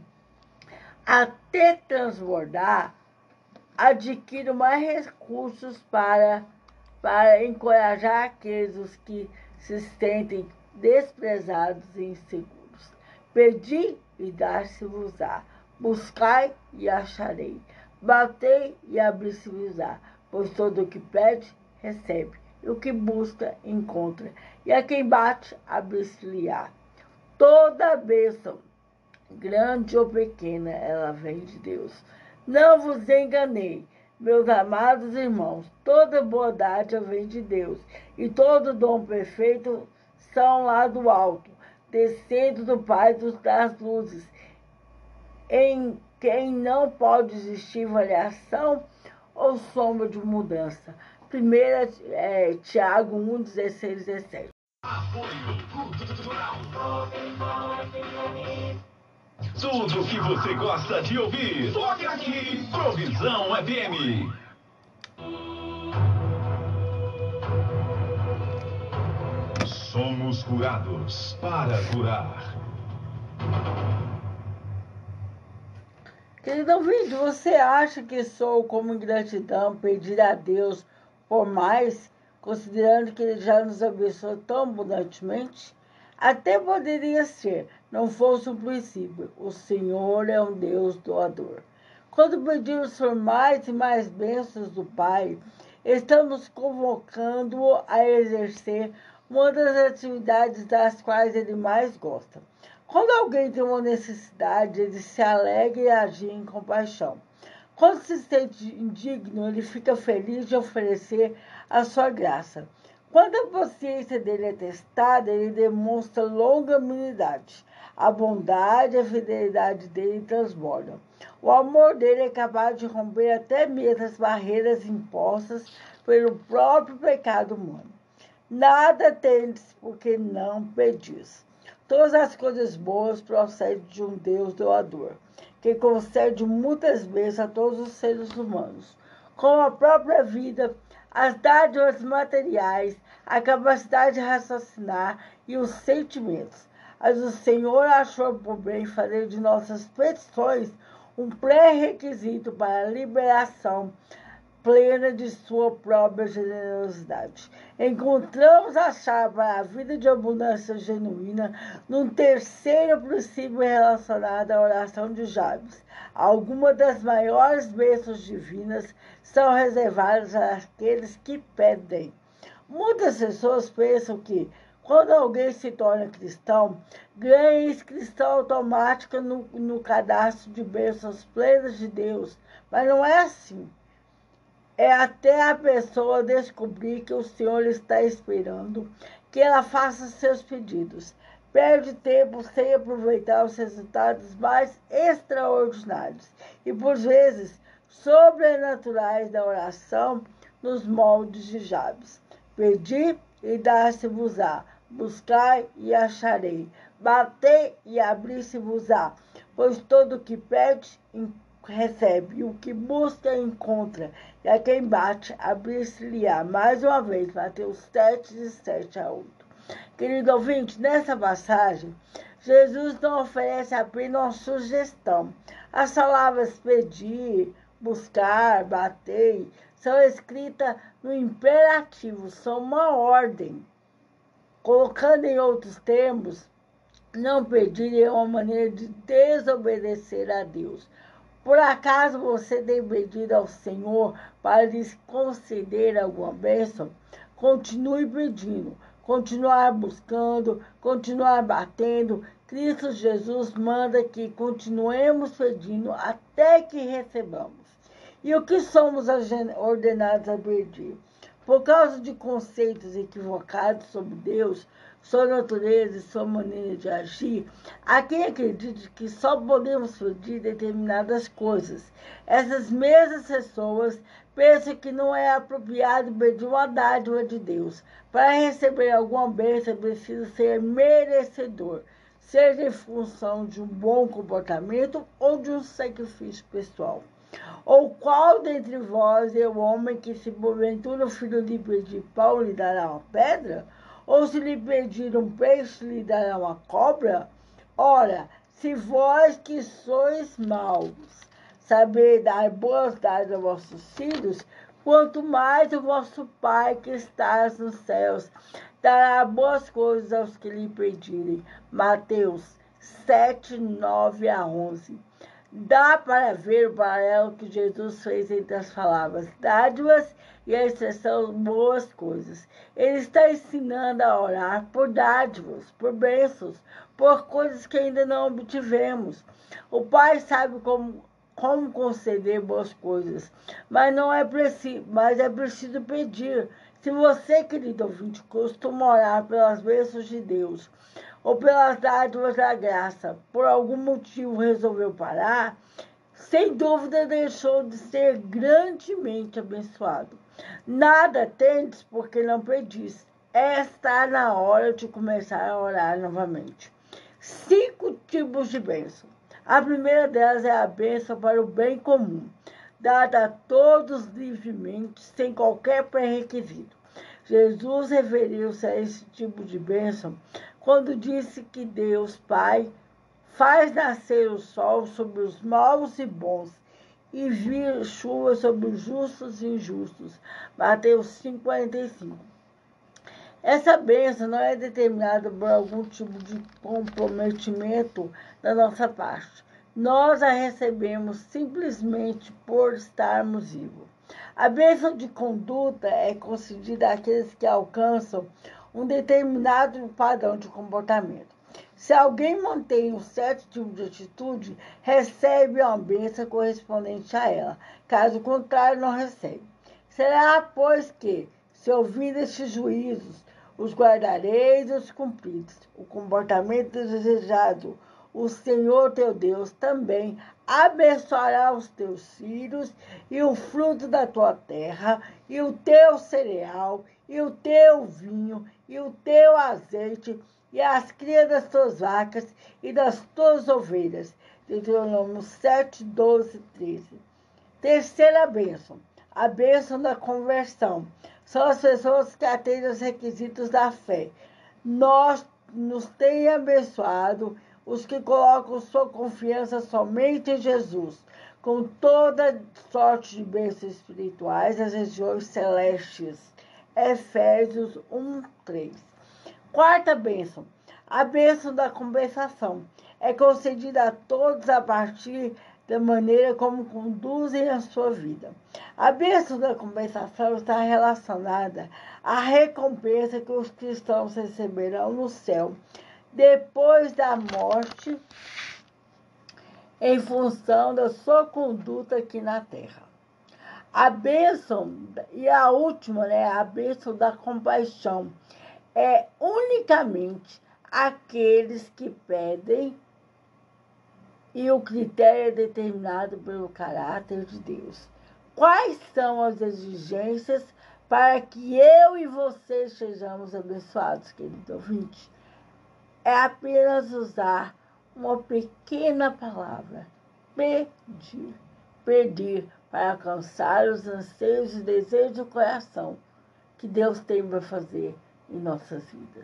até transbordar, adquiro mais recursos para, para encorajar aqueles que se sentem desprezados e inseguros. Pedi e dar-se-vos-á. Buscai e achareis. Batei e abri-se-vos-á. Pois todo o que pede, recebe. E o que busca, encontra. E a quem bate, abre-se-lhe-á. Toda bênção, grande ou pequena, ela vem de Deus. Não vos enganei, meus amados irmãos, toda boa dádiva vem de Deus, e todo dom perfeito são lá do alto, descendo do Pai das luzes, em quem não pode existir variação ou sombra de mudança. Primeira é, Tiago um, dezesseis, dezessete. Tudo que você gosta de ouvir, toque aqui, Provisão F M. Somos curados para curar. Querido ouvinte, você acha que sou como ingratidão pedir a Deus por mais, considerando que Ele já nos abençoou tão abundantemente? Até poderia ser, não fosse um princípio. O Senhor é um Deus doador. Quando pedimos por mais e mais bênçãos do Pai, estamos convocando-o a exercer uma das atividades das quais Ele mais gosta. Quando alguém tem uma necessidade, ele se alegra e agir em compaixão. Quando se sente indigno, ele fica feliz de oferecer a sua graça. Quando a paciência dele é testada, ele demonstra longanimidade. A bondade e a fidelidade dele transbordam. O amor dele é capaz de romper até mesmo as barreiras impostas pelo próprio pecado humano. Nada tendes porque não pedis. Todas as coisas boas procedem de um Deus doador, que concede muitas vezes a todos os seres humanos, como a própria vida, as dádivas materiais, a capacidade de raciocinar e os sentimentos. Mas o Senhor achou por bem fazer de nossas petições um pré-requisito para a liberação plena de sua própria generosidade. Encontramos a chave para a vida de abundância genuína num terceiro princípio relacionado à oração de Jabes. Algumas das maiores bênçãos divinas são reservadas àqueles que pedem. Muitas pessoas pensam que, quando alguém se torna cristão, ganha inscrição automática no, no cadastro de bênçãos plenas de Deus. Mas não é assim. É até a pessoa descobrir que o Senhor está esperando que ela faça seus pedidos. Perde tempo sem aproveitar os resultados mais extraordinários e, por vezes, sobrenaturais da oração nos moldes de Jabes. Pedi e dar-se-vos-á. Buscai e acharei. Batei e abri-se-vos-á. Pois todo o que pede, recebe. E o que busca, encontra. E a quem bate, abrir-se-lhe-á. Mais uma vez, Mateus sete, de sete a oito. Querido ouvinte, nessa passagem, Jesus não oferece apenas uma sugestão. As palavras pedir, buscar, bater, são escritas no imperativo, são uma ordem. Colocando em outros termos, não pedir é uma maneira de desobedecer a Deus. Por acaso você tem pedido ao Senhor para lhes conceder alguma bênção? Continue pedindo, continuar buscando, continuar batendo. Cristo Jesus manda que continuemos pedindo até que recebamos. E o que somos ordenados a pedir? Por causa de conceitos equivocados sobre Deus, sua natureza e sua maneira de agir, há quem acredite que só podemos pedir determinadas coisas. Essas mesmas pessoas pensam que não é apropriado pedir uma dádiva de Deus. Para receber alguma bênção, precisa ser merecedor, seja em função de um bom comportamento ou de um sacrifício pessoal. Ou qual dentre vós é o homem que, se porventura o filho lhe pedir pão, lhe dará uma pedra? Ou se lhe pedir um peixe, lhe dará uma cobra? Ora, se vós que sois maus, sabeis dar boas dádivas a vossos filhos, quanto mais o vosso Pai que está nos céus dará boas coisas aos que lhe pedirem. Mateus sete, nove a onze. Dá para ver o paralelo que Jesus fez entre as palavras dádivas e a expressão boas coisas. Ele está ensinando a orar por dádivas, por bênçãos, por coisas que ainda não obtivemos. O Pai sabe como, como conceder boas coisas, mas, não é preciso, mas é preciso pedir. Se você, querido ouvinte, costuma orar pelas bênçãos de Deus, ou pelas dádivas da graça, por algum motivo resolveu parar, sem dúvida deixou de ser grandemente abençoado. Nada tendes porque não pedis. Está na hora de começar a orar novamente. Cinco tipos de bênção. A primeira delas é a bênção para o bem comum, dada a todos livremente, sem qualquer pré-requisito. Jesus referiu-se a esse tipo de bênção quando disse que Deus Pai faz nascer o sol sobre os maus e bons e vir chuva sobre os justos e injustos. Mateus cinco, quarenta e cinco. Essa bênção não é determinada por algum tipo de comprometimento da nossa parte. Nós a recebemos simplesmente por estarmos vivos. A bênção de conduta é concedida àqueles que alcançam um determinado padrão de comportamento. Se alguém mantém um certo tipo de atitude, recebe uma bênção correspondente a ela. Caso contrário, não recebe. Será, pois, que, Se ouvir estes juízos, os guardareis e os cumpridos. O comportamento desejado, o Senhor teu Deus também abençoará os teus filhos e o fruto da tua terra, e o teu cereal, e o teu vinho, e o teu azeite, e as crias das tuas vacas e das tuas ovelhas. Deuteronômio sete, doze, treze. Terceira bênção, a bênção da conversão. São as pessoas que atendem aos requisitos da fé. Nós nos tem abençoado os que colocam sua confiança somente em Jesus, com toda sorte de bênçãos espirituais nas regiões celestes. Efésios um, três. Quarta bênção, a bênção da compensação. É concedida a todos a partir da maneira como conduzem a sua vida. A bênção da compensação está relacionada à recompensa que os cristãos receberão no céu, depois da morte, em função da sua conduta aqui na terra. A bênção, e a última, né, a bênção da compaixão, é unicamente aqueles que pedem, e o critério é determinado pelo caráter de Deus. Quais são as exigências para que eu e você sejamos abençoados, querido ouvinte? É apenas usar uma pequena palavra, pedir, pedir para alcançar os anseios e desejos do coração que Deus tem para fazer em nossas vidas.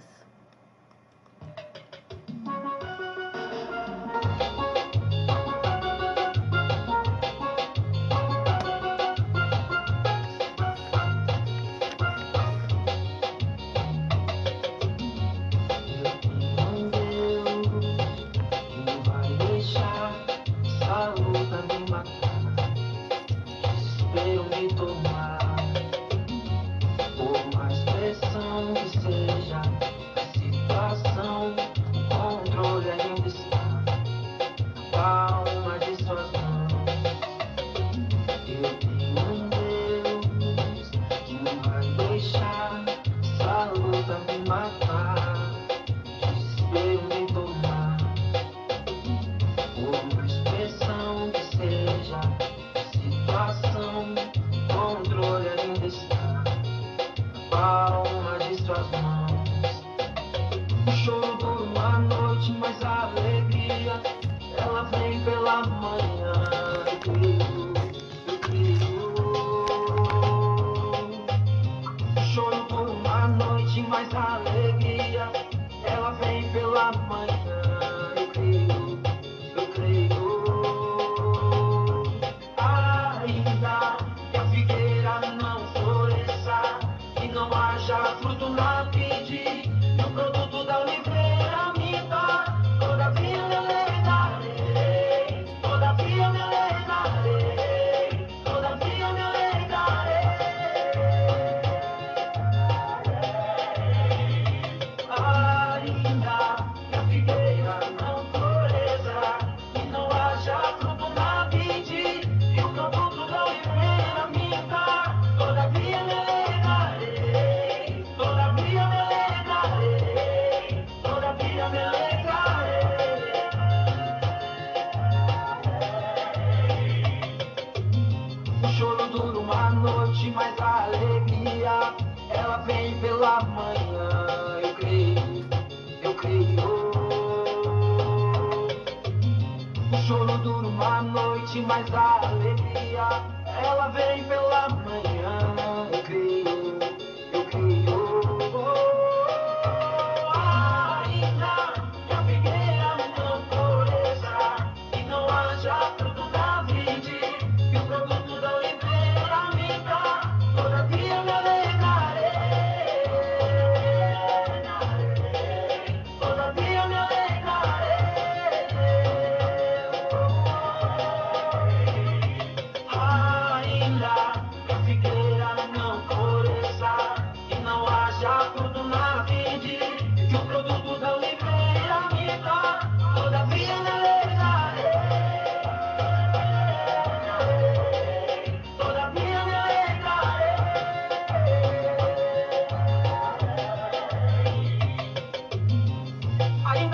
Ainda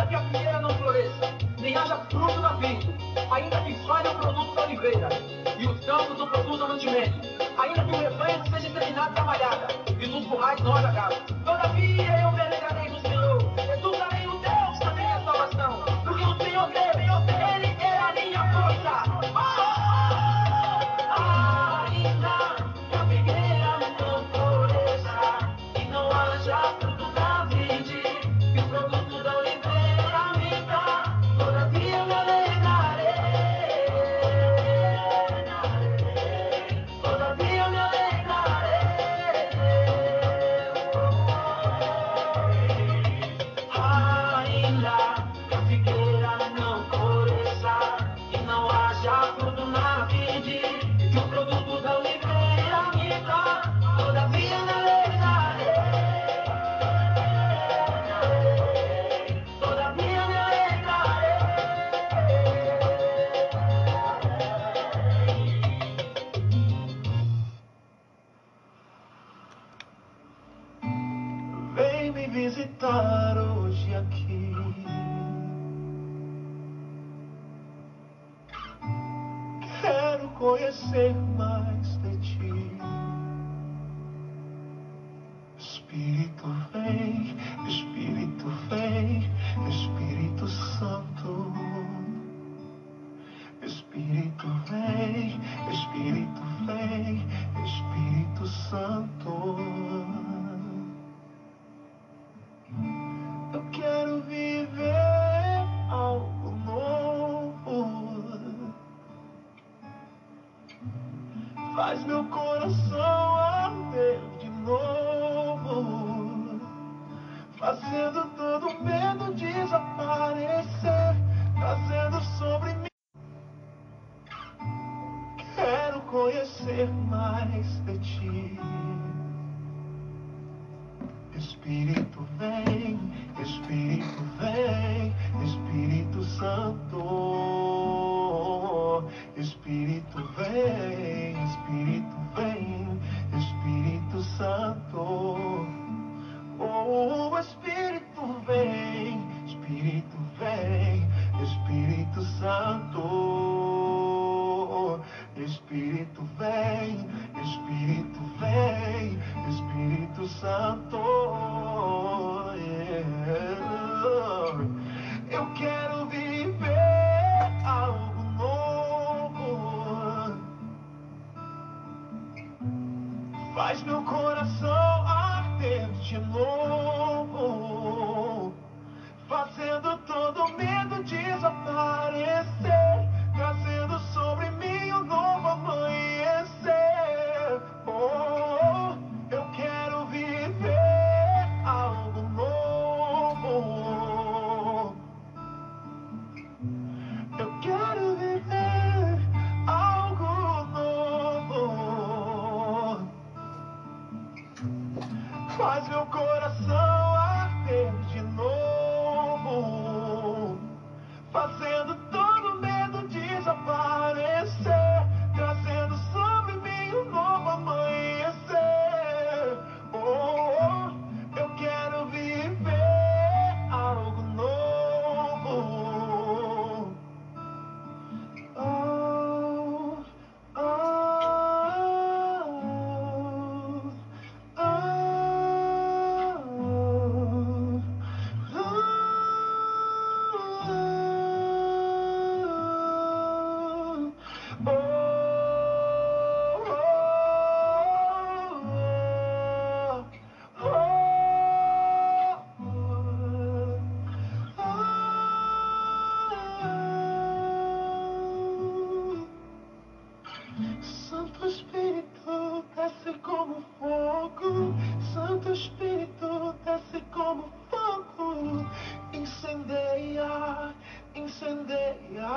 que a figueira não floresça, nem haja fruto na vinte, ainda que falhe o produto da oliveira, e os campos não produzam mantimento, ainda que o rebanho seja exterminado da malhada, e nos currais não haja gado. Todavia eu me alegrarei no Senhor, exultarei no Deus da minha salvação, porque o Senhor Deus, Ele é a minha força. Ainda que a figueira não floresça, e não haja fruto na vide, e o produto da oliveira minta, todavia eu me alegrarei, todavia eu me alegrarei. Ainda que a figueira não floresça, e não haja fruto na vide, e o produto da oliveira minta, todavia eu me alegrarei, todavia eu me alegrarei. Vem me visitar hoje aqui. Quero conhecer mais de ti. Espírito vem, Espírito vem, Espírito Santo. Espírito vem, Espírito vem, Espírito Santo. Eu quero viver algo novo. Faz meu coração arder de novo, fazendo todo medo desaparecer, trazendo sobre mim. Quero conhecer mais de ti. Espírito vem, Espírito vem, Espírito Santo. Espírito vem, Espírito vem, Espírito Santo. Oh, Espírito vem, Espírito vem, Espírito Santo. Espírito vem, Espírito vem, Espírito Santo. Yeah. Eu quero viver algo novo. Faz meu coração arder de novo, fazendo todo medo desaparecer, trazendo sobre mim um novo amanhecer. Oh, eu quero viver algo novo. Eu quero viver algo novo. Faz meu coração arder de novo, fazendo todo medo desaparecer, trazendo sobre mim um novo amanhecer. Oh, eu quero viver algo novo. Oh, oh, oh, Santo Espírito, desce como fogo. Santo Espírito, desce como fogo. Incendeia, incendeia.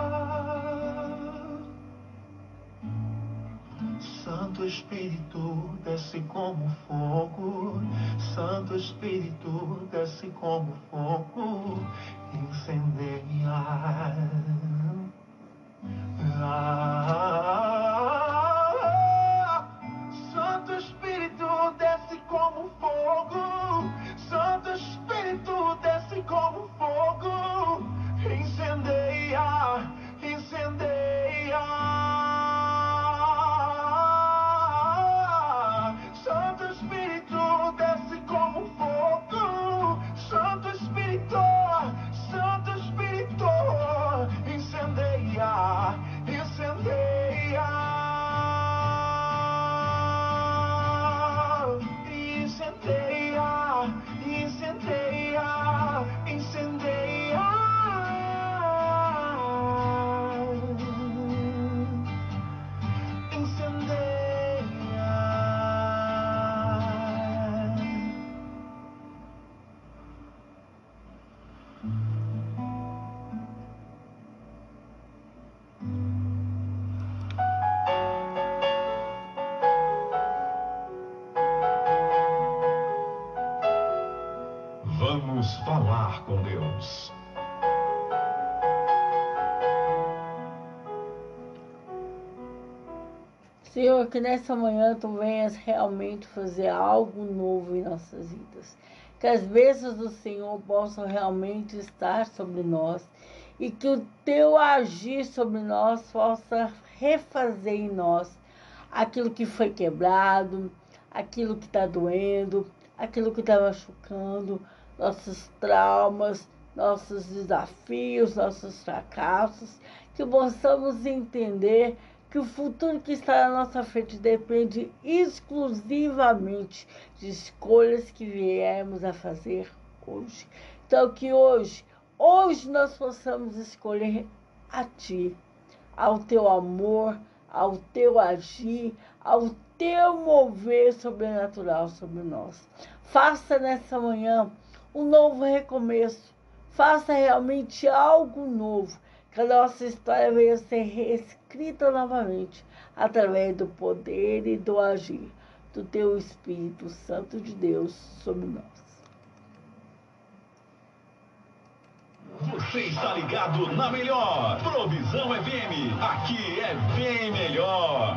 Santo Espírito, desce como fogo. Santo Espírito, desce como fogo. Incendeia. Ah, Santo Espírito, desce como fogo. Santo Espírito, desce como fogo. Senhor, que nessa manhã Tu venhas realmente fazer algo novo em nossas vidas. Que as bênçãos do Senhor possam realmente estar sobre nós e que o Teu agir sobre nós possa refazer em nós aquilo que foi quebrado, aquilo que está doendo, aquilo que está machucando, nossos traumas, nossos desafios, nossos fracassos, que possamos entender que o futuro que está na nossa frente depende exclusivamente de escolhas que viemos a fazer hoje. Então, que hoje, hoje nós possamos escolher a Ti, ao Teu amor, ao Teu agir, ao Teu mover sobrenatural sobre nós. Faça nessa manhã um novo recomeço. Faça realmente algo novo. Que a nossa história venha a ser reescrita novamente através do poder e do agir do Teu Espírito Santo de Deus sobre nós. Você está ligado na melhor Provisão F M. Aqui é bem melhor.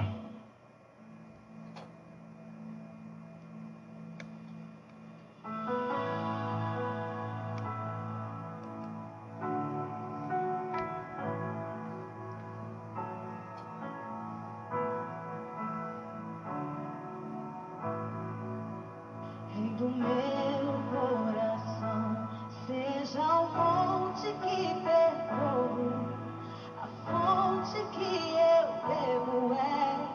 Rei do meu coração, seja o monte que percorro, a fonte que eu bebo é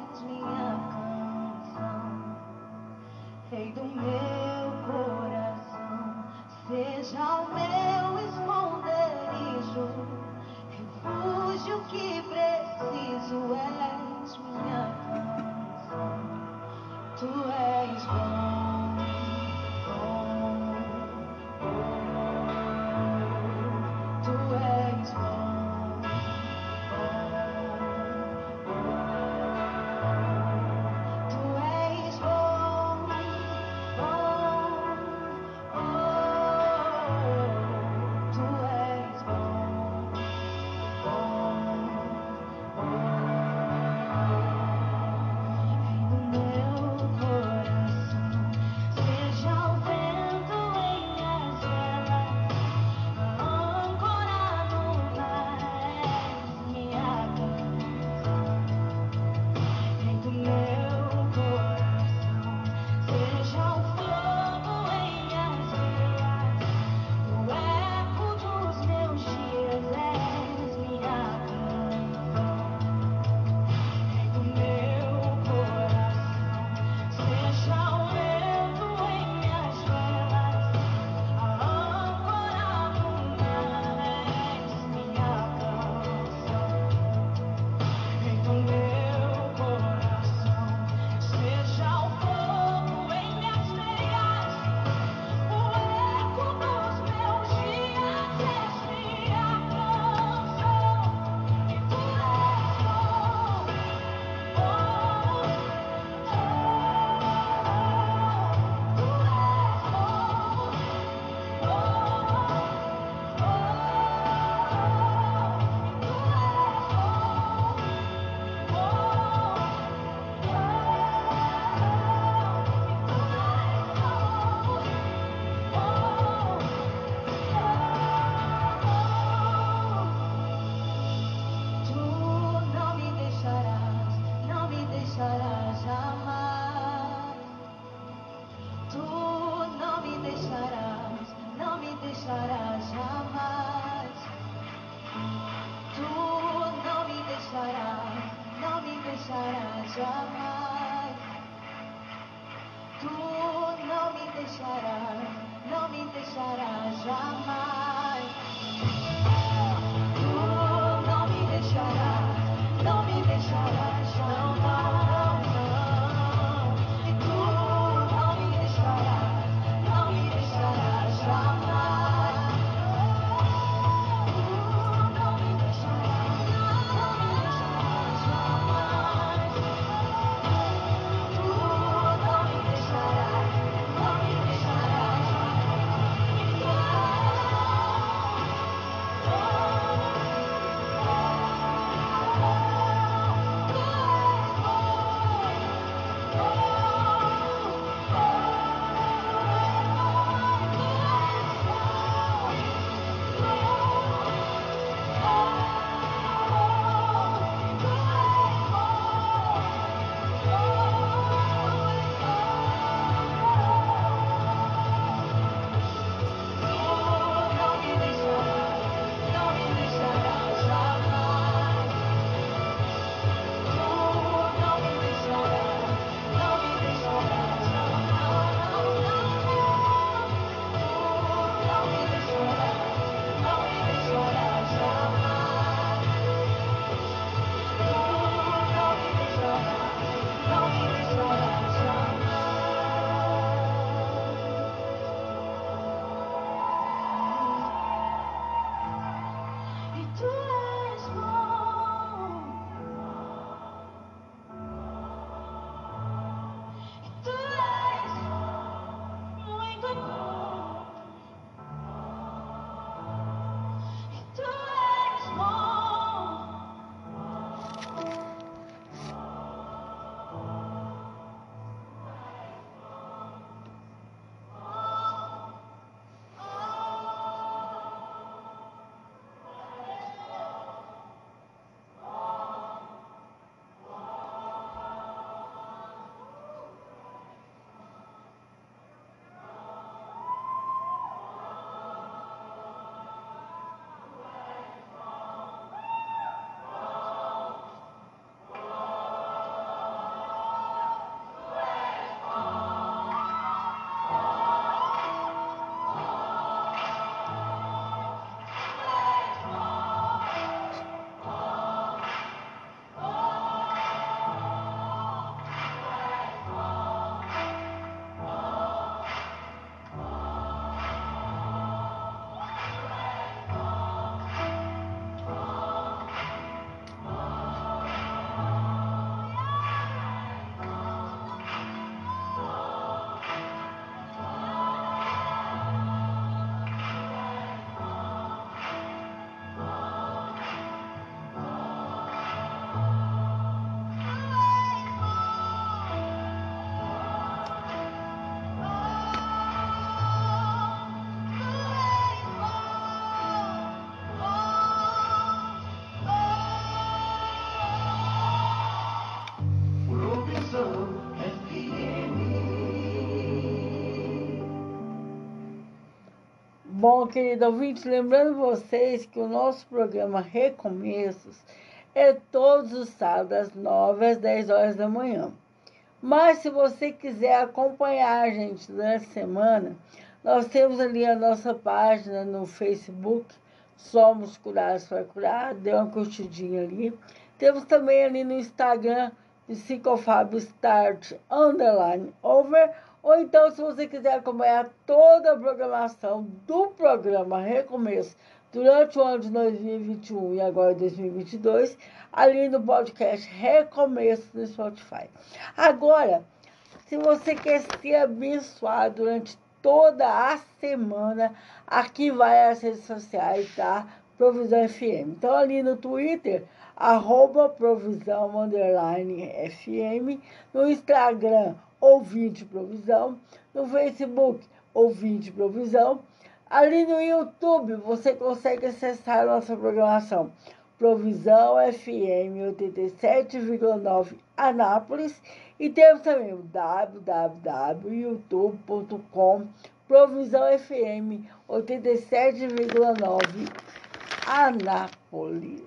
Bom, querido ouvinte, lembrando vocês que o nosso programa Recomeços é todos os sábados, às nove às dez horas da manhã. Mas se você quiser acompanhar a gente durante a semana, nós temos ali a nossa página no Facebook, Somos Curados para Curar, dê uma curtidinha ali. Temos também ali no Instagram, Psicofábio Start Underline Over. Ou então, se você quiser acompanhar toda a programação do programa Recomeço durante o ano de dois mil e vinte e um e agora dois mil e vinte e dois, ali no podcast Recomeço no Spotify. Agora, se você quer ser abençoado durante toda a semana, aqui vai as redes sociais da Provisão F M. Então, ali no Twitter, arroba Provisão Underline F M, no Instagram, Ouvinte Provisão, no Facebook, Ouvinte Provisão. Ali no YouTube, você consegue acessar a nossa programação Provisão F M oitenta e sete vírgula nove Anápolis, e temos também o w w w ponto youtube ponto com Provisão F M oitenta e sete vírgula nove Anápolis.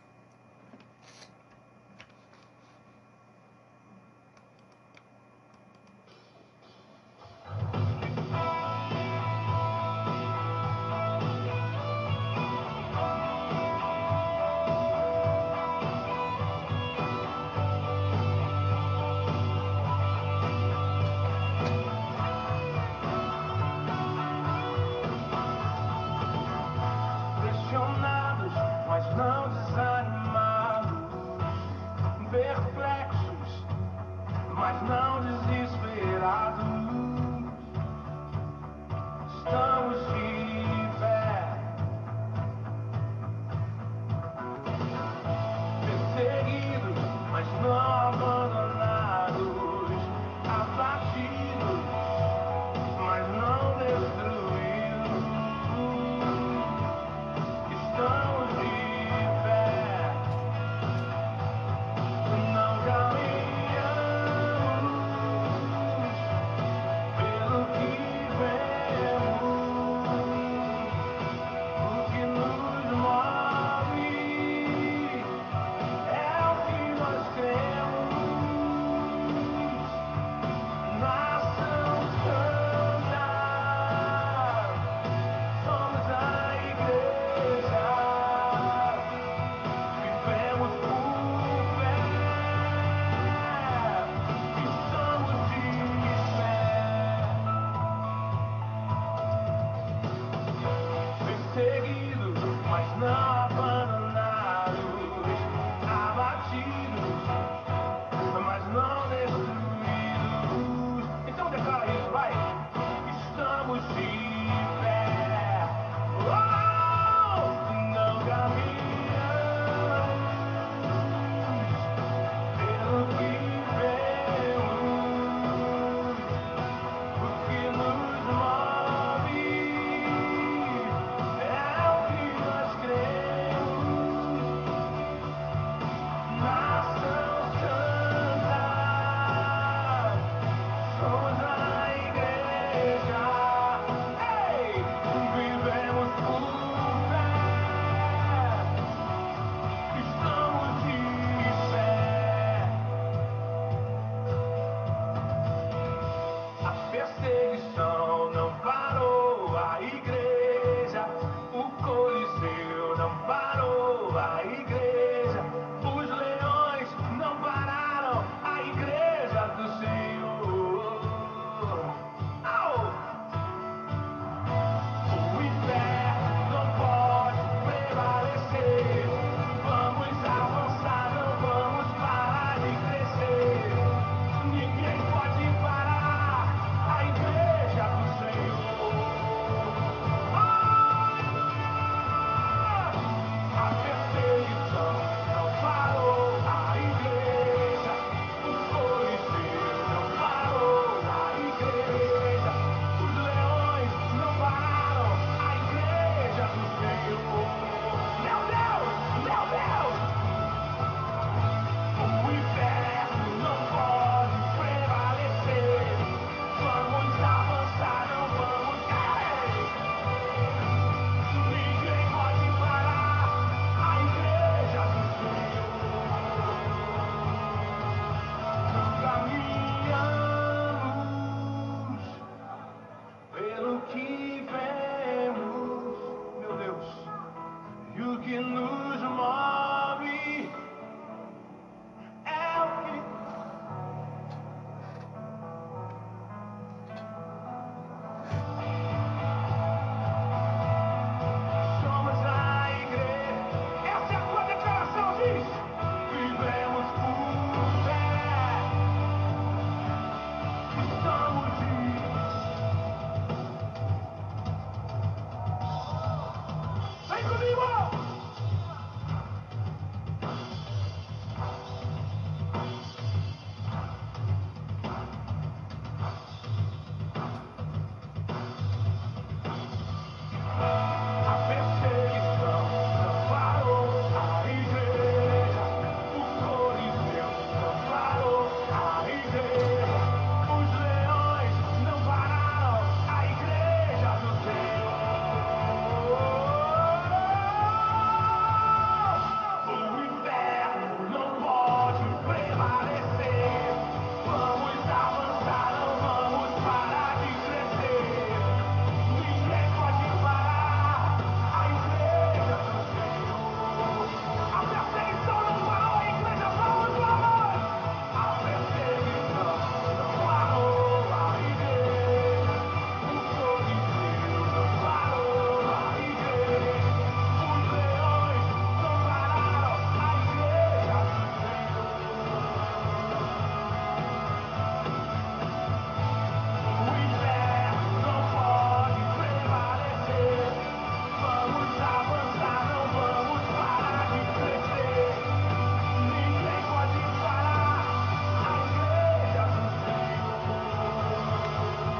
Pressionados, mas não desanimados, perplexos, mas não desesperados. Estamos de pé, perseguidos, mas não abandonados, abatidos, mas não destruídos. Estamos de pé, não caminhamos pelo que vemos, o que nos move é o que nós cremos. Nação Santa, somos a igreja, vivemos por fé, estamos de pé, perseguidos, mas não abandonados, abatidos, mas não destruídos. Então declara isso, vai! Estamos de pé, oh, não caminhamos pelo que vemos, o que nos move é o que nós cremos. que nos move é o que somos a igreja. Essa é a tua declaração, diz. Vivemos por fé. Estamos de vem comigo! A perseguição não parou a igreja. O Coliseu não parou a igreja. Os leões não pararam a igreja do Senhor. O inferno não pode prevalecer. Vamos avançar, não vamos parar de crescer. Ninguém pode parar a igreja do Senhor. A perseguição não parou a igreja, vamos, vamos! A perseguição não parou a igreja. O Coliseu não parou a igreja. Os leões não pararam a igreja do Senhor. O inferno não pode prevalecer. Vamos avançar, não vamos parar de crescer. Ninguém pode parar a igreja do Senhor.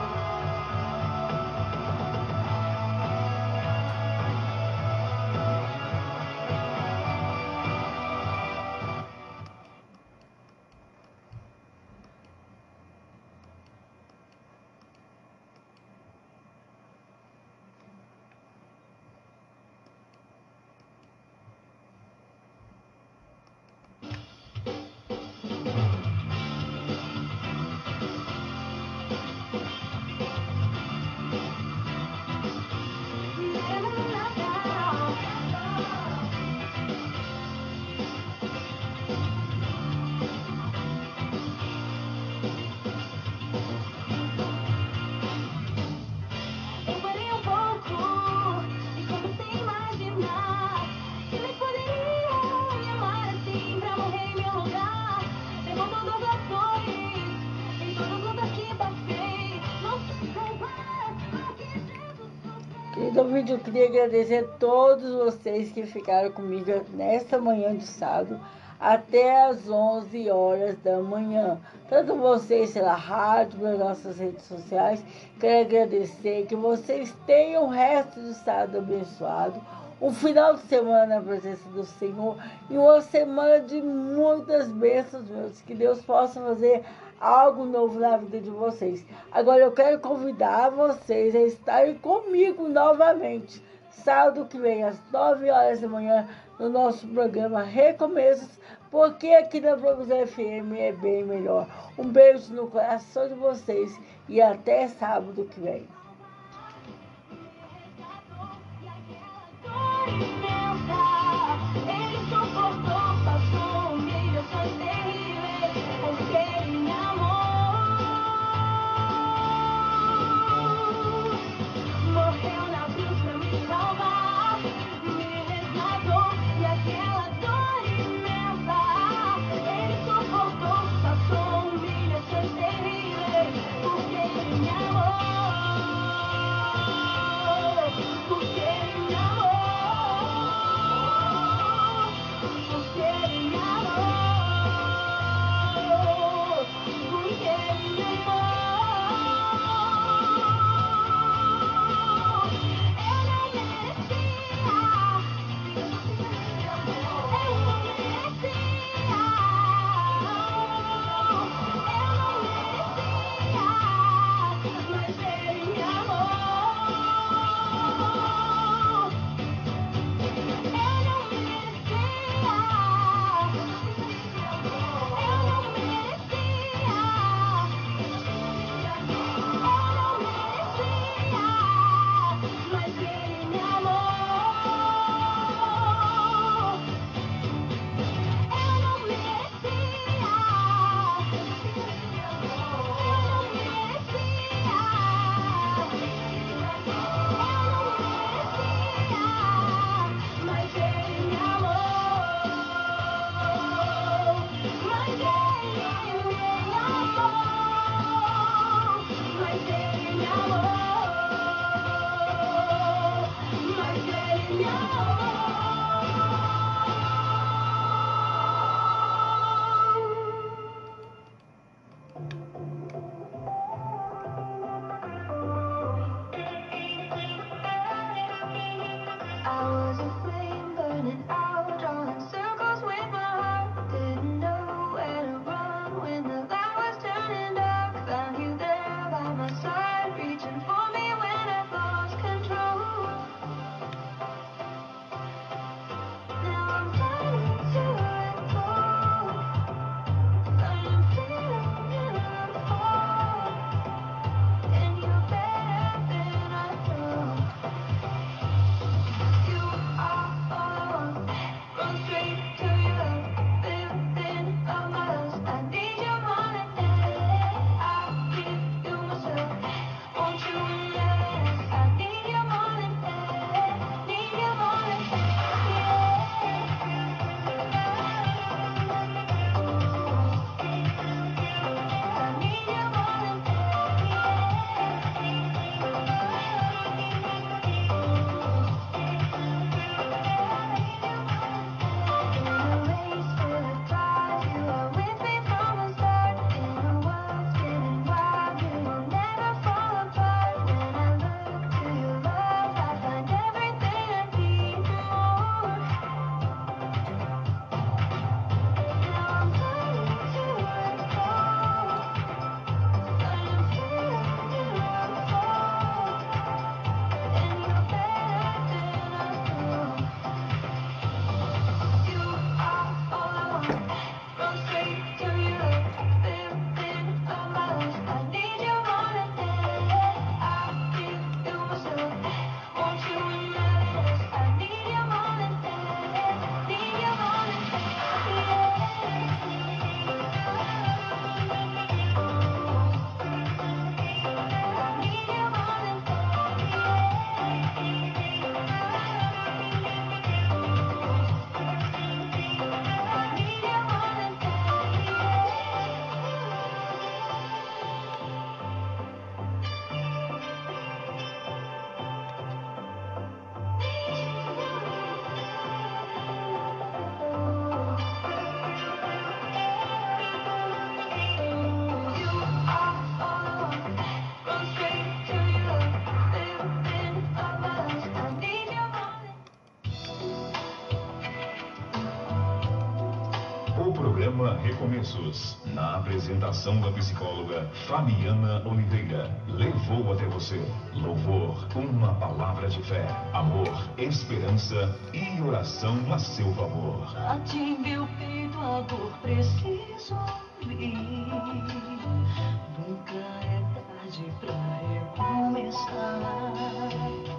Eu parei um pouco e comecei a imaginar que eles poderiam me amar assim pra morrer em meu lugar. Levou todas as dores em todas as lutas que passei. Não se compara ao que Jesus fez. Querido ouvinte, eu queria agradecer a todos vocês que ficaram comigo nesta manhã de sábado até às onze horas da manhã. Tanto vocês pela rádio, pelas nossas redes sociais. Quero agradecer que vocês tenham o resto do sábado abençoado. Um final de semana na presença do Senhor e uma semana de muitas bênçãos, meus. Que Deus possa fazer algo novo na vida de vocês. Agora eu quero convidar vocês a estarem comigo novamente, sábado que vem, às nove horas da manhã, no nosso programa Recomeços, porque aqui na Vamos F M é bem melhor. Um beijo no coração de vocês e até sábado que vem. Ele suportou, passou humilhações terríveis, porque ele me amou. Morreu na cruz pra me salvar, me resgatou e aquela dor imensa. Ele suportou, passou humilhações terríveis, porque ele me amou. Run straight to you, within a mile. I need you more than that. I give you myself. Want you in my life. I need you more than that. Need you more than O programa Recomeços, na apresentação da psicóloga Fabiana Oliveira, levou até você louvor, uma palavra de fé, amor, esperança e oração a seu favor. Bate em meu peito a dor, preciso ouvir. Nunca é tarde pra recomeçar.